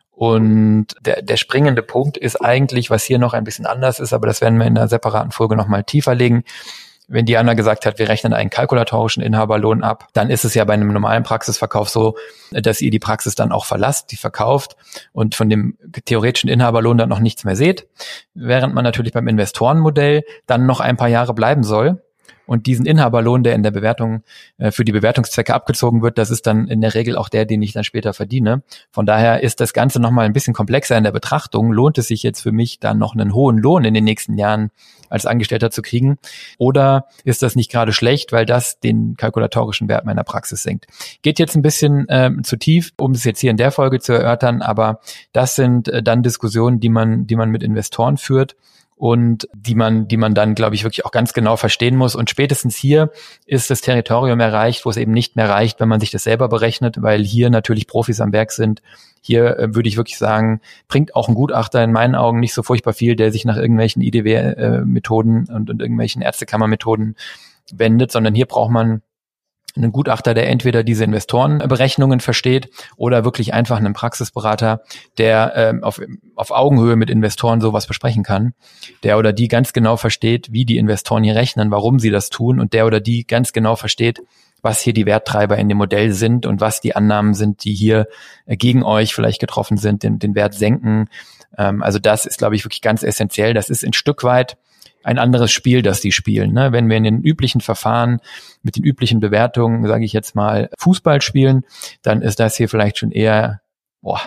Und der, der springende Punkt ist eigentlich, was hier noch ein bisschen anders ist, aber das werden wir in einer separaten Folge nochmal tiefer legen. Wenn Diana gesagt hat, wir rechnen einen kalkulatorischen Inhaberlohn ab, dann ist es ja bei einem normalen Praxisverkauf so, dass ihr die Praxis dann auch verlasst, die verkauft und von dem theoretischen Inhaberlohn dann noch nichts mehr seht, während man natürlich beim Investorenmodell dann noch ein paar Jahre bleiben soll. Und diesen Inhaberlohn, der in der Bewertung äh, für die Bewertungszwecke abgezogen wird, das ist dann in der Regel auch der, den ich dann später verdiene. Von daher ist das Ganze nochmal ein bisschen komplexer in der Betrachtung. Lohnt es sich jetzt für mich, dann noch einen hohen Lohn in den nächsten Jahren als Angestellter zu kriegen? Oder ist das nicht gerade schlecht, weil das den kalkulatorischen Wert meiner Praxis senkt? Geht jetzt ein bisschen ähm, zu tief, um es jetzt hier in der Folge zu erörtern, aber das sind äh, dann Diskussionen, die man, die man mit Investoren führt. Und die man, die man dann, glaube ich, wirklich auch ganz genau verstehen muss. Und spätestens hier ist das Territorium erreicht, wo es eben nicht mehr reicht, wenn man sich das selber berechnet, weil hier natürlich Profis am Werk sind. Hier äh, würde ich wirklich sagen, bringt auch ein Gutachter in meinen Augen nicht so furchtbar viel, der sich nach irgendwelchen I D W-Methoden und, und irgendwelchen Ärztekammermethoden wendet, sondern hier braucht man einen Gutachter, der entweder diese Investorenberechnungen versteht oder wirklich einfach einen Praxisberater, der ähm, auf, auf Augenhöhe mit Investoren sowas besprechen kann, der oder die ganz genau versteht, wie die Investoren hier rechnen, warum sie das tun und der oder die ganz genau versteht, was hier die Werttreiber in dem Modell sind und was die Annahmen sind, die hier äh, gegen euch vielleicht getroffen sind, den, den Wert senken. Ähm, also das ist, glaube ich, wirklich ganz essentiell. Das ist ein Stück weit ein anderes Spiel, das die spielen. Ne? Wenn wir in den üblichen Verfahren mit den üblichen Bewertungen, sage ich jetzt mal, Fußball spielen, dann ist das hier vielleicht schon eher boah,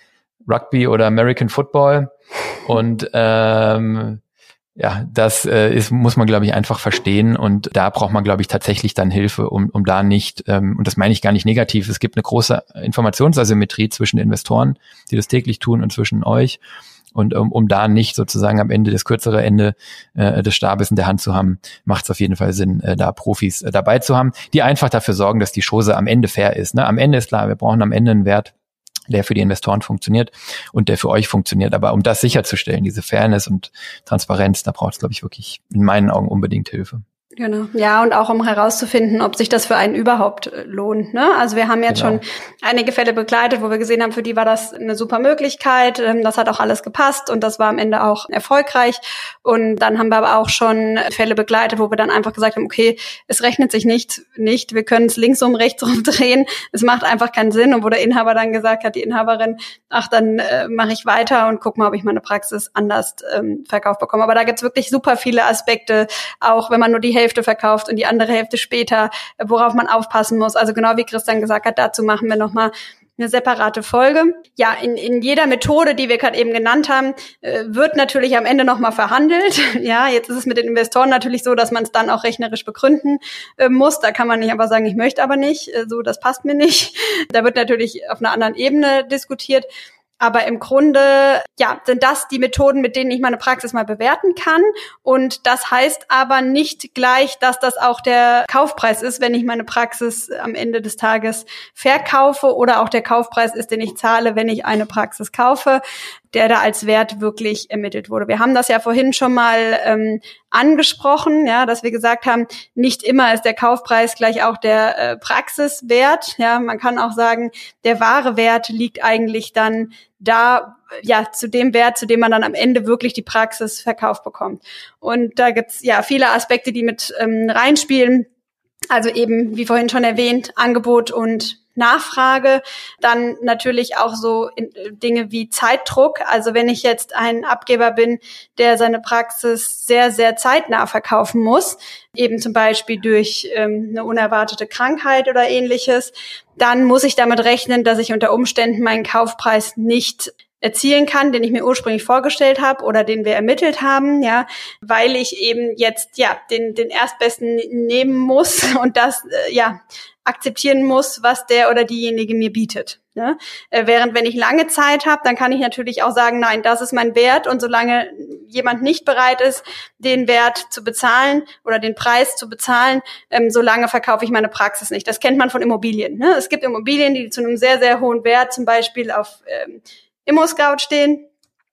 Rugby oder American Football. Und ähm, ja, das äh, ist, muss man, glaube ich, einfach verstehen. Und da braucht man, glaube ich, tatsächlich dann Hilfe, um, um da nicht, ähm, und das meine ich gar nicht negativ, es gibt eine große Informationsasymmetrie zwischen Investoren, die das täglich tun, und zwischen euch. Und um, um da nicht sozusagen am Ende das kürzere Ende äh, des Stabes in der Hand zu haben, macht es auf jeden Fall Sinn, äh, da Profis äh, dabei zu haben, die einfach dafür sorgen, dass die Chose am Ende fair ist. Ne? Am Ende ist klar, wir brauchen am Ende einen Wert, der für die Investoren funktioniert und der für euch funktioniert. Aber um das sicherzustellen, diese Fairness und Transparenz, da braucht es, glaube ich, wirklich in meinen Augen unbedingt Hilfe. Genau. Ja, und auch um herauszufinden, ob sich das für einen überhaupt lohnt. Ne? Also wir haben jetzt genau. schon einige Fälle begleitet, wo wir gesehen haben, für die war das eine super Möglichkeit. Das hat auch alles gepasst und das war am Ende auch erfolgreich. Und dann haben wir aber auch schon Fälle begleitet, wo wir dann einfach gesagt haben, okay, es rechnet sich nicht, nicht. Wir können es linksum, rechtsum drehen. Es macht einfach keinen Sinn. Und wo der Inhaber dann gesagt hat, die Inhaberin, ach, dann äh, mache ich weiter und guck mal, ob ich meine Praxis anders ähm, verkauft bekomme. Aber da gibt's wirklich super viele Aspekte, auch wenn man nur die Hälfte Hälfte verkauft und die andere Hälfte später, worauf man aufpassen muss. Also genau wie Christian gesagt hat, dazu machen wir nochmal eine separate Folge. Ja, in, in jeder Methode, die wir gerade eben genannt haben, wird natürlich am Ende nochmal verhandelt. Ja, jetzt ist es mit den Investoren natürlich so, dass man es dann auch rechnerisch begründen äh, muss. Da kann man nicht aber sagen, ich möchte aber nicht, so, das passt mir nicht. Da wird natürlich auf einer anderen Ebene diskutiert. Aber im Grunde, ja, sind das die Methoden, mit denen ich meine Praxis mal bewerten kann. Und das heißt aber nicht gleich, dass das auch der Kaufpreis ist, wenn ich meine Praxis am Ende des Tages verkaufe, oder auch der Kaufpreis ist, den ich zahle, wenn ich eine Praxis kaufe, der da als Wert wirklich ermittelt wurde. Wir haben das ja vorhin schon mal ähm, angesprochen, ja, dass wir gesagt haben, nicht immer ist der Kaufpreis gleich auch der äh, Praxiswert. Ja, man kann auch sagen, der wahre Wert liegt eigentlich dann da, ja, zu dem Wert, zu dem man dann am Ende wirklich die Praxis verkauft bekommt. Und da gibt's ja viele Aspekte, die mit ähm, reinspielen. Also eben, wie vorhin schon erwähnt, Angebot und Nachfrage, dann natürlich auch so Dinge wie Zeitdruck. Also wenn ich jetzt ein Abgeber bin, der seine Praxis sehr, sehr zeitnah verkaufen muss, eben zum Beispiel durch ähm, eine unerwartete Krankheit oder ähnliches, dann muss ich damit rechnen, dass ich unter Umständen meinen Kaufpreis nicht erzielen kann, den ich mir ursprünglich vorgestellt habe oder den wir ermittelt haben, ja, weil ich eben jetzt ja den den Erstbesten nehmen muss und das äh, ja akzeptieren muss, was der oder diejenige mir bietet. Ne? Äh, während wenn ich lange Zeit habe, dann kann ich natürlich auch sagen, nein, das ist mein Wert, und solange jemand nicht bereit ist, den Wert zu bezahlen oder den Preis zu bezahlen, ähm, solange verkaufe ich meine Praxis nicht. Das kennt man von Immobilien. Ne? Es gibt Immobilien, die zu einem sehr, sehr hohen Wert zum Beispiel auf ähm, ImmoScout stehen.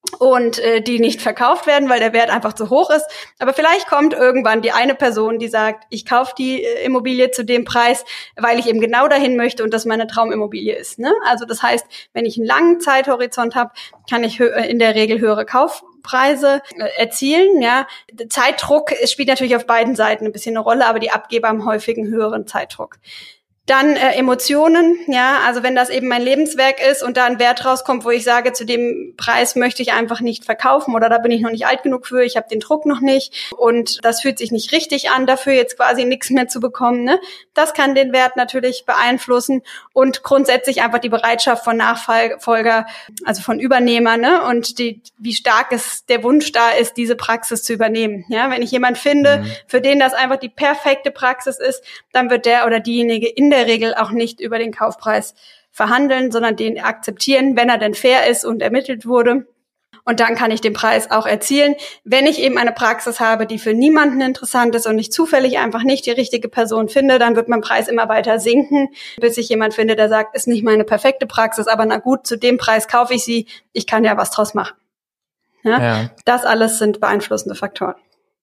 und äh, die nicht verkauft werden, weil der Wert einfach zu hoch ist. Aber vielleicht kommt irgendwann die eine Person, die sagt, ich kaufe die äh, Immobilie zu dem Preis, weil ich eben genau dahin möchte und das meine Traumimmobilie ist. Ne? Also das heißt, wenn ich einen langen Zeithorizont habe, kann ich hö- in der Regel höhere Kaufpreise äh, erzielen. Ja, Zeitdruck spielt natürlich auf beiden Seiten ein bisschen eine Rolle, aber die Abgeber haben häufig einen höheren Zeitdruck. Dann äh, Emotionen, ja, also wenn das eben mein Lebenswerk ist und da ein Wert rauskommt, wo ich sage, zu dem Preis möchte ich einfach nicht verkaufen oder da bin ich noch nicht alt genug für, ich habe den Druck noch nicht und das fühlt sich nicht richtig an, dafür jetzt quasi nichts mehr zu bekommen, ne? Das kann den Wert natürlich beeinflussen und grundsätzlich einfach die Bereitschaft von Nachfolger, also von Übernehmern, ne? Und die, wie stark es der Wunsch da ist, diese Praxis zu übernehmen, ja? Wenn ich jemand finde, mhm. für den das einfach die perfekte Praxis ist, dann wird der oder diejenige in der Regel auch nicht über den Kaufpreis verhandeln, sondern den akzeptieren, wenn er denn fair ist und ermittelt wurde. Und dann kann ich den Preis auch erzielen. Wenn ich eben eine Praxis habe, die für niemanden interessant ist und ich zufällig einfach nicht die richtige Person finde, dann wird mein Preis immer weiter sinken, bis ich jemand finde, der sagt, ist nicht meine perfekte Praxis, aber na gut, zu dem Preis kaufe ich sie, ich kann ja was draus machen. Ja? Ja. Das alles sind beeinflussende Faktoren.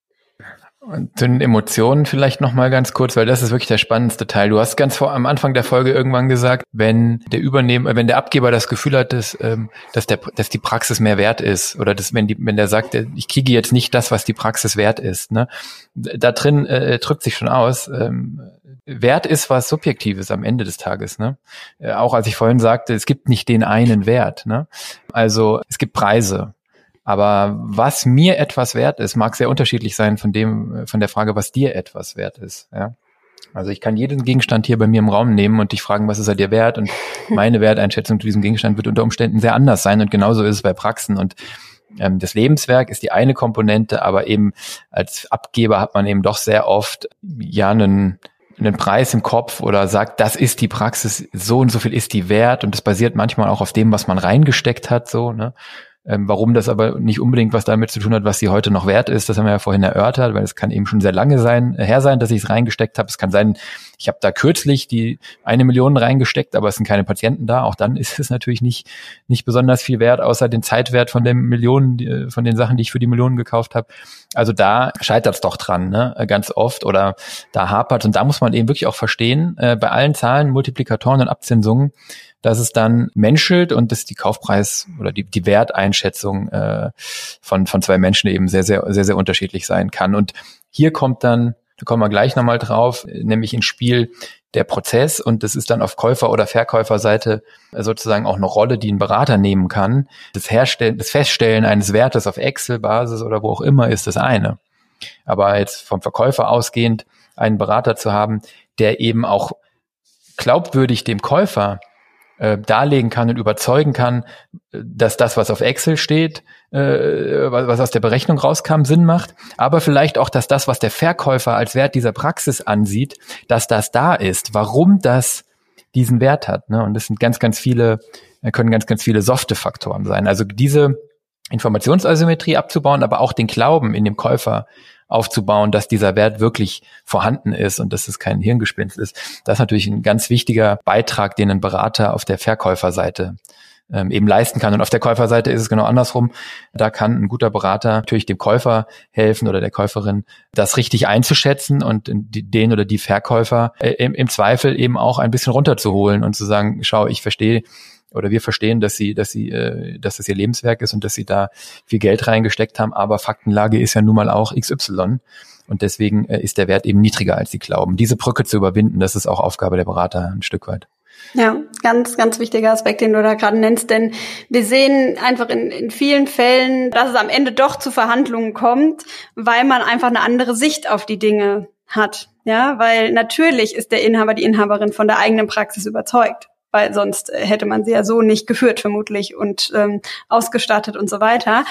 Und zu den Emotionen vielleicht noch mal ganz kurz, weil das ist wirklich der spannendste Teil. Du hast ganz vor am Anfang der Folge irgendwann gesagt, wenn der Übernehmer, wenn der Abgeber das Gefühl hat, dass, ähm, dass der, dass die Praxis mehr wert ist oder dass, wenn die, wenn der sagt, ich kriege jetzt nicht das, was die Praxis wert ist, ne, da drin äh, drückt sich schon aus. Ähm, Wert ist was Subjektives am Ende des Tages, ne? Äh, auch als ich vorhin sagte, es gibt nicht den einen Wert, ne? Also es gibt Preise. Aber was mir etwas wert ist, mag sehr unterschiedlich sein von dem, von der Frage, was dir etwas wert ist. Ja? Also ich kann jeden Gegenstand hier bei mir im Raum nehmen und dich fragen, was ist er dir wert? Und meine Werteinschätzung zu diesem Gegenstand wird unter Umständen sehr anders sein. Und genauso ist es bei Praxen. Und ähm, das Lebenswerk ist die eine Komponente, aber eben als Abgeber hat man eben doch sehr oft ja einen einen Preis im Kopf oder sagt, das ist die Praxis, so und so viel ist die wert. Und das basiert manchmal auch auf dem, was man reingesteckt hat, so, ne? Ähm, warum das aber nicht unbedingt was damit zu tun hat, was sie heute noch wert ist, das haben wir ja vorhin erörtert, weil es kann eben schon sehr lange sein, äh, her sein, dass ich es reingesteckt habe. Es kann sein, ich habe da kürzlich die eine Million reingesteckt, aber es sind keine Patienten da. Auch dann ist es natürlich nicht nicht besonders viel wert, außer den Zeitwert von den Millionen, die, von den Sachen, die ich für die Millionen gekauft habe. Also da scheitert es doch dran, ne, ganz oft, oder da hapert. Und da muss man eben wirklich auch verstehen, äh, bei allen Zahlen, Multiplikatoren und Abzinsungen, dass es dann menschelt und dass die Kaufpreis oder die, die Werteinschätzung äh, von von zwei Menschen eben sehr, sehr, sehr, sehr unterschiedlich sein kann. Und hier kommt dann, da kommen wir gleich nochmal drauf, nämlich ins Spiel der Prozess, und das ist dann auf Käufer- oder Verkäuferseite sozusagen auch eine Rolle, die ein Berater nehmen kann. Das Herstellen, das Feststellen eines Wertes auf Excel-Basis oder wo auch immer ist das eine. Aber jetzt vom Verkäufer ausgehend einen Berater zu haben, der eben auch glaubwürdig dem Käufer darlegen kann und überzeugen kann, dass das, was auf Excel steht, äh, was aus der Berechnung rauskam, Sinn macht, aber vielleicht auch, dass das, was der Verkäufer als Wert dieser Praxis ansieht, dass das da ist, warum das diesen Wert hat, ne? Und das sind ganz, ganz viele, können ganz, ganz viele softe Faktoren sein. Also diese Informationsasymmetrie abzubauen, aber auch den Glauben in dem Käufer aufzubauen, dass dieser Wert wirklich vorhanden ist und dass es kein Hirngespinst ist. Das ist natürlich ein ganz wichtiger Beitrag, den ein Berater auf der Verkäuferseite ähm, eben leisten kann. Und auf der Käuferseite ist es genau andersrum. Da kann ein guter Berater natürlich dem Käufer helfen oder der Käuferin, das richtig einzuschätzen und den oder die Verkäufer äh, im, im Zweifel eben auch ein bisschen runterzuholen und zu sagen, schau, ich verstehe, oder wir verstehen, dass sie, dass sie, äh, dass das ihr Lebenswerk ist und dass sie da viel Geld reingesteckt haben, aber Faktenlage ist ja nun mal auch X Y und deswegen äh, ist der Wert eben niedriger, als sie glauben. Diese Brücke zu überwinden, das ist auch Aufgabe der Berater ein Stück weit. Ja, ganz, ganz wichtiger Aspekt, den du da gerade nennst, denn wir sehen einfach in, in vielen Fällen, dass es am Ende doch zu Verhandlungen kommt, weil man einfach eine andere Sicht auf die Dinge hat. Ja, weil natürlich ist der Inhaber, die Inhaberin von der eigenen Praxis überzeugt, weil sonst hätte man sie ja so nicht geführt vermutlich und ähm, ausgestattet und so weiter.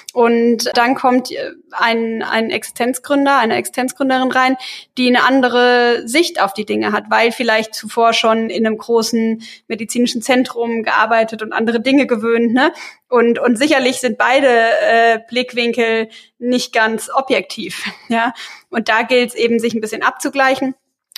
Und dann kommt ein, ein Existenzgründer, eine Existenzgründerin rein, die eine andere Sicht auf die Dinge hat, weil vielleicht zuvor schon in einem großen medizinischen Zentrum gearbeitet und andere Dinge gewöhnt, ne? Und und sicherlich sind beide äh, Blickwinkel nicht ganz objektiv, ja. Und da gilt es eben, sich ein bisschen abzugleichen.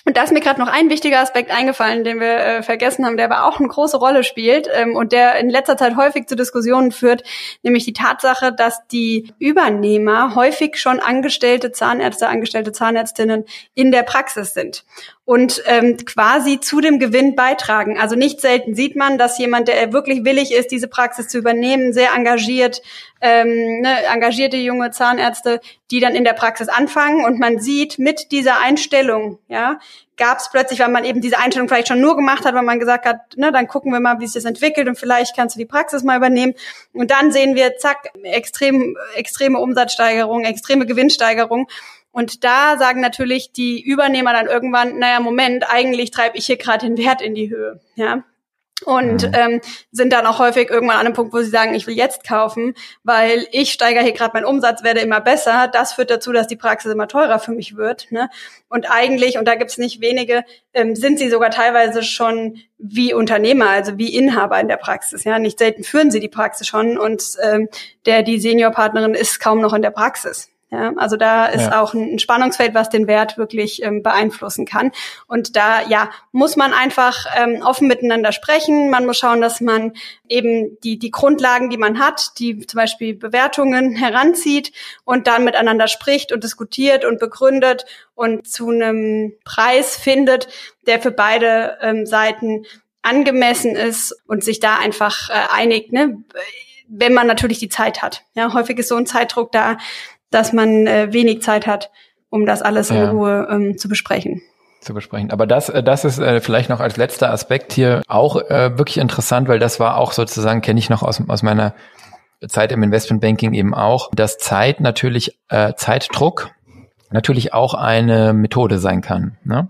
Und da ist mir gerade noch ein wichtiger Aspekt eingefallen, den wir äh, vergessen haben, der aber auch eine große Rolle spielt ähm, und der in letzter Zeit häufig zu Diskussionen führt, nämlich die Tatsache, dass die Übernehmer häufig schon angestellte Zahnärzte, angestellte Zahnärztinnen in der Praxis sind und ähm, quasi zu dem Gewinn beitragen. Also nicht selten sieht man, dass jemand, der wirklich willig ist, diese Praxis zu übernehmen, sehr engagiert, ähm, ne, engagierte junge Zahnärzte, die dann in der Praxis anfangen und man sieht, mit dieser Einstellung, ja, gab es plötzlich, weil man eben diese Einstellung vielleicht schon nur gemacht hat, weil man gesagt hat, ne, dann gucken wir mal, wie sich das entwickelt und vielleicht kannst du die Praxis mal übernehmen. Und dann sehen wir, zack, extrem, extreme Umsatzsteigerung, extreme Gewinnsteigerung. Und da sagen natürlich die Übernehmer dann irgendwann, naja, Moment, eigentlich treibe ich hier gerade den Wert in die Höhe, ja. Und mhm. ähm, sind dann auch häufig irgendwann an einem Punkt, wo sie sagen, ich will jetzt kaufen, weil ich steigere hier gerade meinen Umsatz, werde immer besser. Das führt dazu, dass die Praxis immer teurer für mich wird. Ne? Und eigentlich, und da gibt's nicht wenige, ähm, sind sie sogar teilweise schon wie Unternehmer, also wie Inhaber in der Praxis. Ja, nicht selten führen sie die Praxis schon und ähm, der die Seniorpartnerin ist kaum noch in der Praxis. Ja, also da ist ja auch ein Spannungsfeld, was den Wert wirklich ähm, beeinflussen kann. Und da, ja, muss man einfach ähm, offen miteinander sprechen. Man muss schauen, dass man eben die die Grundlagen, die man hat, die zum Beispiel Bewertungen heranzieht und dann miteinander spricht und diskutiert und begründet und zu einem Preis findet, der für beide ähm, Seiten angemessen ist und sich da einfach äh, einigt, ne? Wenn man natürlich die Zeit hat. Ja, häufig ist so ein Zeitdruck da, dass man äh, wenig Zeit hat, um das alles in ja. Ruhe ähm, zu besprechen. Zu besprechen. Aber das, das ist äh, vielleicht noch als letzter Aspekt hier auch äh, wirklich interessant, weil das war auch sozusagen, kenne ich noch aus, aus meiner Zeit im Investmentbanking eben auch, dass Zeit natürlich, äh, Zeitdruck natürlich auch eine Methode sein kann. Ne?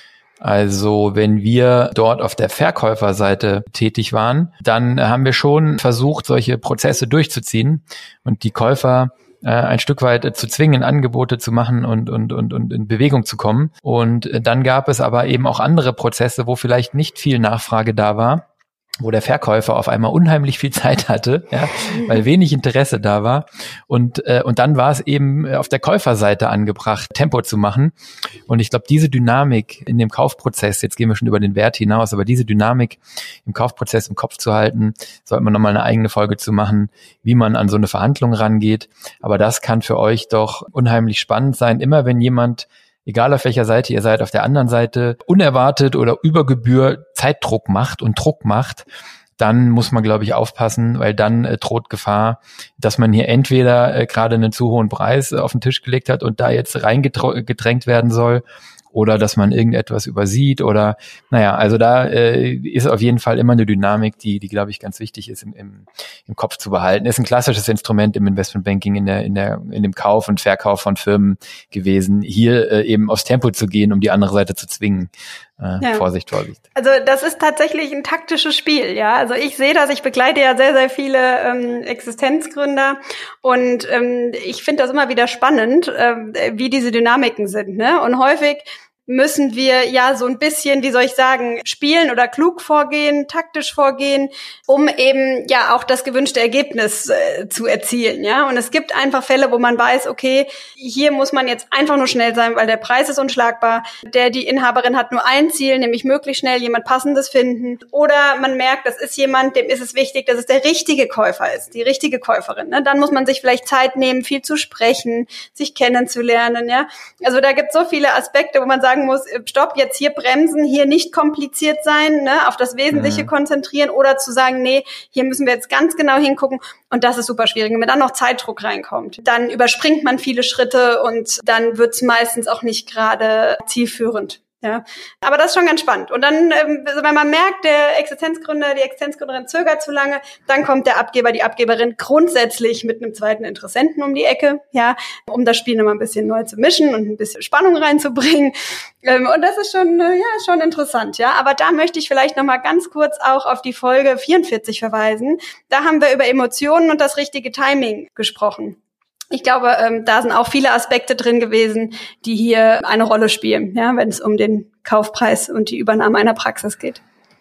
Also wenn wir dort auf der Verkäuferseite tätig waren, dann haben wir schon versucht, solche Prozesse durchzuziehen und die Käufer ein Stück weit zu zwingen, Angebote zu machen und, und, und, und in Bewegung zu kommen. Und dann gab es aber eben auch andere Prozesse, wo vielleicht nicht viel Nachfrage da war, wo der Verkäufer auf einmal unheimlich viel Zeit hatte, ja, weil wenig Interesse da war. Und äh, und dann war es eben auf der Käuferseite angebracht, Tempo zu machen. Und ich glaube, diese Dynamik in dem Kaufprozess, jetzt gehen wir schon über den Wert hinaus, aber diese Dynamik im Kaufprozess im Kopf zu halten, sollte man nochmal eine eigene Folge zu machen, wie man an so eine Verhandlung rangeht. Aber das kann für euch doch unheimlich spannend sein. Immer wenn jemand, egal auf welcher Seite ihr seid, auf der anderen Seite unerwartet oder über Gebühr Zeitdruck macht und Druck macht, dann muss man, glaube ich, aufpassen, weil dann äh, droht Gefahr, dass man hier entweder äh, gerade einen zu hohen Preis äh, auf den Tisch gelegt hat und da jetzt reingedrängt werden soll, oder dass man irgendetwas übersieht oder, naja, also da äh, ist auf jeden Fall immer eine Dynamik, die, die glaube ich, ganz wichtig ist, im, im, im Kopf zu behalten. Ist ein klassisches Instrument im Investmentbanking, in der, in der, in dem Kauf und Verkauf von Firmen gewesen, hier äh, eben aufs Tempo zu gehen, um die andere Seite zu zwingen. Äh, ja. Vorsicht, Vorsicht. Also das ist tatsächlich ein taktisches Spiel, ja. Also ich sehe das, ich begleite ja sehr, sehr viele ähm, Existenzgründer und ähm, ich finde das immer wieder spannend, ähm, wie diese Dynamiken sind, ne? Und häufig müssen wir ja so ein bisschen, wie soll ich sagen, spielen oder klug vorgehen, taktisch vorgehen, um eben ja auch das gewünschte Ergebnis äh, zu erzielen, ja. Und es gibt einfach Fälle, wo man weiß, okay, hier muss man jetzt einfach nur schnell sein, weil der Preis ist unschlagbar. Der, die Inhaberin hat nur ein Ziel, nämlich möglichst schnell jemand Passendes finden. Oder man merkt, das ist jemand, dem ist es wichtig, dass es der richtige Käufer ist, die richtige Käuferin, ne? Dann muss man sich vielleicht Zeit nehmen, viel zu sprechen, sich kennenzulernen, ja. Also da gibt es so viele Aspekte, wo man sagt, muss, stopp, jetzt hier bremsen, hier nicht kompliziert sein, ne, auf das Wesentliche mhm. konzentrieren oder zu sagen, nee, hier müssen wir jetzt ganz genau hingucken und das ist super schwierig. Und wenn dann noch Zeitdruck reinkommt, dann überspringt man viele Schritte und dann wird's meistens auch nicht gerade zielführend. Ja, aber das ist schon ganz spannend. Und dann, ähm, wenn man merkt, der Existenzgründer, die Existenzgründerin zögert zu lange, dann kommt der Abgeber, die Abgeberin grundsätzlich mit einem zweiten Interessenten um die Ecke, ja, um das Spiel nochmal ein bisschen neu zu mischen und ein bisschen Spannung reinzubringen. Ähm, und das ist schon, äh, ja, schon interessant, ja. Aber da möchte ich vielleicht nochmal ganz kurz auch auf die Folge vierundvierzig verweisen. Da haben wir über Emotionen und das richtige Timing gesprochen. Ich glaube, ähm, da sind auch viele Aspekte drin gewesen, die hier eine Rolle spielen, ja, wenn es um den Kaufpreis und die Übernahme einer Praxis geht.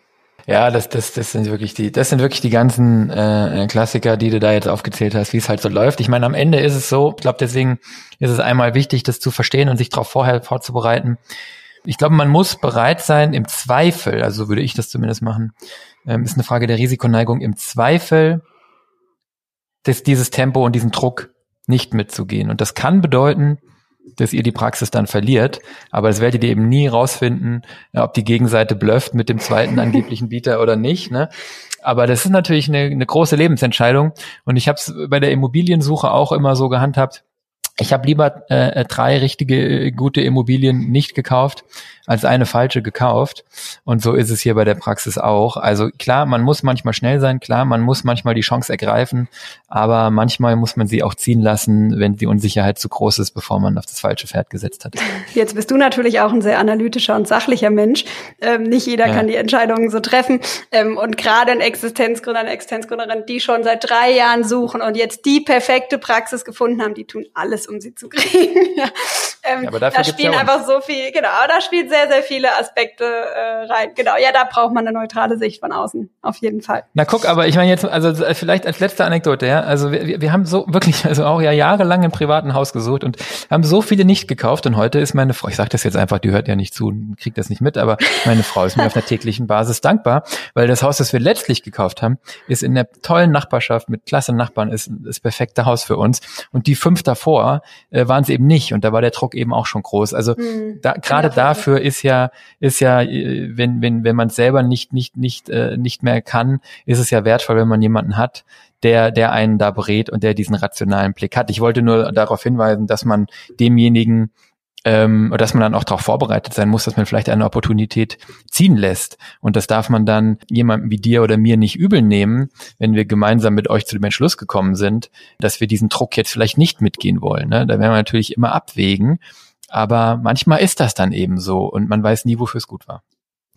Ja, das, das, das sind wirklich die, das sind wirklich die ganzen äh, Klassiker, die du da jetzt aufgezählt hast, wie es halt so läuft. Ich meine, am Ende ist es so, ich glaube, deswegen ist es einmal wichtig, das zu verstehen und sich darauf vorher vorzubereiten. Ich glaube, man muss bereit sein, im Zweifel, also so würde ich das zumindest machen, ähm, ist eine Frage der Risikoneigung, im Zweifel das, dieses Tempo und diesen Druck nicht mitzugehen. Und das kann bedeuten, dass ihr die Praxis dann verliert, aber das werdet ihr eben nie rausfinden, ob die Gegenseite blufft mit dem zweiten angeblichen Bieter oder nicht, ne? Aber das ist natürlich eine, eine große Lebensentscheidung und ich habe es bei der Immobiliensuche auch immer so gehandhabt. Ich habe lieber äh, drei richtige, gute Immobilien nicht gekauft, als eine falsche gekauft. Und so ist es hier bei der Praxis auch. Also klar, man muss manchmal schnell sein, klar, man muss manchmal die Chance ergreifen, aber manchmal muss man sie auch ziehen lassen, wenn die Unsicherheit zu groß ist, bevor man auf das falsche Pferd gesetzt hat. Jetzt bist du natürlich auch ein sehr analytischer und sachlicher Mensch. Ähm, nicht jeder ja. kann die Entscheidungen so treffen. Ähm, und gerade ein Existenzgründer, eine Existenzgründerin, die schon seit drei Jahren suchen und jetzt die perfekte Praxis gefunden haben, die tun alles, um sie zu kriegen. ja. Ähm, ja, aber dafür da spielen ja einfach so viel, genau, da spielen sehr, sehr viele Aspekte äh, rein. Genau, ja, da braucht man eine neutrale Sicht von außen, auf jeden Fall. Na guck, aber ich meine jetzt, also vielleicht als letzte Anekdote, ja, also wir, wir haben so wirklich, also auch ja jahrelang im privaten Haus gesucht und haben so viele nicht gekauft und heute ist meine Frau, ich sage das jetzt einfach, die hört ja nicht zu und kriegt das nicht mit, aber meine Frau ist mir auf einer täglichen Basis dankbar, weil das Haus, das wir letztlich gekauft haben, ist in einer tollen Nachbarschaft mit klasse Nachbarn, ist das perfekte Haus für uns und die fünf davor äh, waren es eben nicht und da war der Druck eben auch schon groß. Also hm, da, gerade dafür ist ja ist ja wenn wenn wenn man es selber nicht nicht nicht äh, nicht mehr kann, ist es ja wertvoll, wenn man jemanden hat, der der einen da berät und der diesen rationalen Blick hat. Ich wollte nur darauf hinweisen, dass man demjenigen ähm, oder dass man dann auch darauf vorbereitet sein muss, dass man vielleicht eine Opportunität ziehen lässt. Und das darf man dann jemandem wie dir oder mir nicht übel nehmen, wenn wir gemeinsam mit euch zu dem Entschluss gekommen sind, dass wir diesen Druck jetzt vielleicht nicht mitgehen wollen. Ne? Da werden wir natürlich immer abwägen. Aber manchmal ist das dann eben so und man weiß nie, wofür es gut war.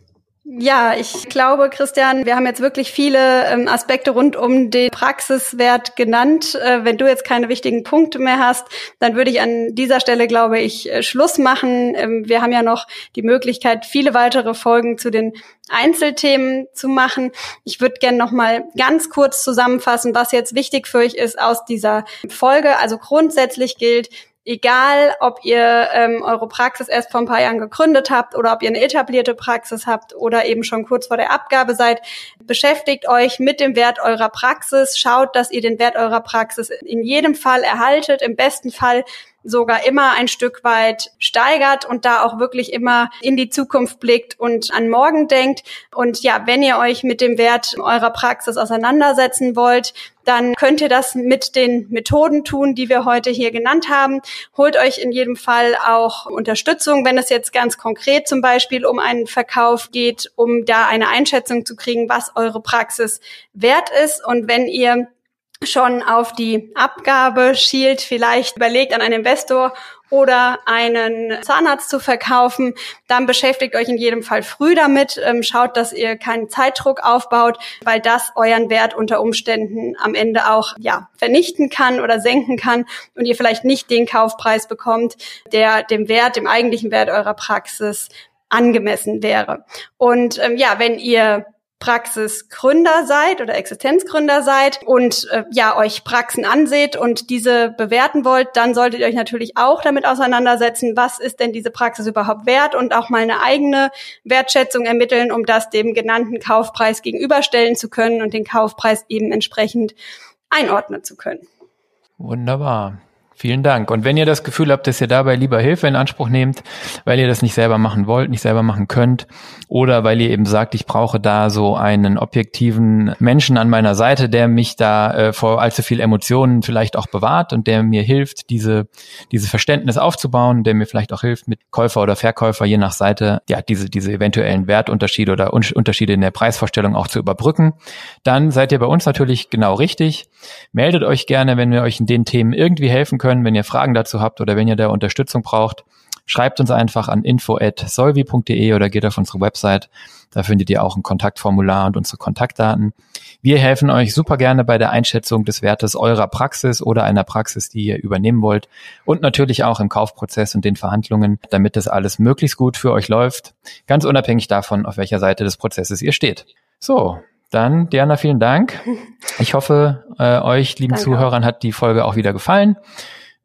Ja, ich glaube, Christian, wir haben jetzt wirklich viele ähm, Aspekte rund um den Praxiswert genannt. Äh, wenn du jetzt keine wichtigen Punkte mehr hast, dann würde ich an dieser Stelle, glaube ich, äh, Schluss machen. Ähm, wir haben ja noch die Möglichkeit, viele weitere Folgen zu den Einzelthemen zu machen. Ich würde gerne noch mal ganz kurz zusammenfassen, was jetzt wichtig für euch ist aus dieser Folge. Also grundsätzlich gilt, egal, ob ihr ähm, eure Praxis erst vor ein paar Jahren gegründet habt oder ob ihr eine etablierte Praxis habt oder eben schon kurz vor der Abgabe seid, beschäftigt euch mit dem Wert eurer Praxis, schaut, dass ihr den Wert eurer Praxis in jedem Fall erhaltet, im besten Fall sogar immer ein Stück weit steigert und da auch wirklich immer in die Zukunft blickt und an morgen denkt. Und ja, wenn ihr euch mit dem Wert eurer Praxis auseinandersetzen wollt, dann könnt ihr das mit den Methoden tun, die wir heute hier genannt haben. Holt euch in jedem Fall auch Unterstützung, wenn es jetzt ganz konkret zum Beispiel um einen Verkauf geht, um da eine Einschätzung zu kriegen, was eure Praxis wert ist. Und wenn ihr schon auf die Abgabe schielt, vielleicht überlegt, an einen Investor oder einen Zahnarzt zu verkaufen, dann beschäftigt euch in jedem Fall früh damit, ähm, schaut, dass ihr keinen Zeitdruck aufbaut, weil das euren Wert unter Umständen am Ende auch ja vernichten kann oder senken kann und ihr vielleicht nicht den Kaufpreis bekommt, der dem Wert, dem eigentlichen Wert eurer Praxis angemessen wäre. Und ähm, ja, wenn ihr Praxisgründer seid oder Existenzgründer seid und äh, ja euch Praxen anseht und diese bewerten wollt, dann solltet ihr euch natürlich auch damit auseinandersetzen, was ist denn diese Praxis überhaupt wert und auch mal eine eigene Wertschätzung ermitteln, um das dem genannten Kaufpreis gegenüberstellen zu können und den Kaufpreis eben entsprechend einordnen zu können. Wunderbar. Vielen Dank. Und wenn ihr das Gefühl habt, dass ihr dabei lieber Hilfe in Anspruch nehmt, weil ihr das nicht selber machen wollt, nicht selber machen könnt oder weil ihr eben sagt, ich brauche da so einen objektiven Menschen an meiner Seite, der mich da äh, vor allzu viel Emotionen vielleicht auch bewahrt und der mir hilft, diese dieses Verständnis aufzubauen, der mir vielleicht auch hilft, mit Käufer oder Verkäufer je nach Seite ja diese diese eventuellen Wertunterschiede oder Un- Unterschiede in der Preisvorstellung auch zu überbrücken, dann seid ihr bei uns natürlich genau richtig. Meldet euch gerne, wenn wir euch in den Themen irgendwie helfen können. Wenn ihr Fragen dazu habt oder wenn ihr da Unterstützung braucht, schreibt uns einfach an info at solvi punkt de oder geht auf unsere Website. Da findet ihr auch ein Kontaktformular und unsere Kontaktdaten. Wir helfen euch super gerne bei der Einschätzung des Wertes eurer Praxis oder einer Praxis, die ihr übernehmen wollt und natürlich auch im Kaufprozess und den Verhandlungen, damit das alles möglichst gut für euch läuft, ganz unabhängig davon, auf welcher Seite des Prozesses ihr steht. So, dann, Diana, vielen Dank. Ich hoffe, äh, euch, lieben Danke. Zuhörern, hat die Folge auch wieder gefallen.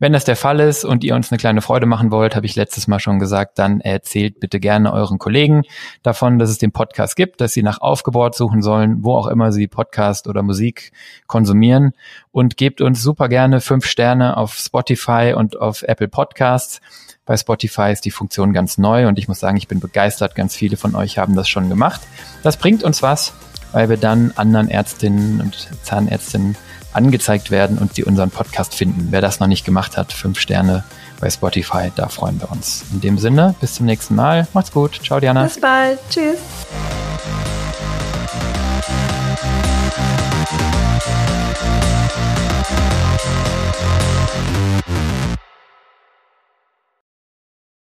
Wenn das der Fall ist und ihr uns eine kleine Freude machen wollt, habe ich letztes Mal schon gesagt, dann erzählt bitte gerne euren Kollegen davon, dass es den Podcast gibt, dass sie nach Aufgebohrt suchen sollen, wo auch immer sie Podcast oder Musik konsumieren, und gebt uns super gerne fünf Sterne auf Spotify und auf Apple Podcasts. Bei Spotify ist die Funktion ganz neu und ich muss sagen, ich bin begeistert. Ganz viele von euch haben das schon gemacht. Das bringt uns was, weil wir dann anderen Ärztinnen und Zahnärztinnen angezeigt werden und die unseren Podcast finden. Wer das noch nicht gemacht hat, fünf Sterne bei Spotify, da freuen wir uns. In dem Sinne, bis zum nächsten Mal. Macht's gut. Ciao, Diana. Bis bald. Tschüss.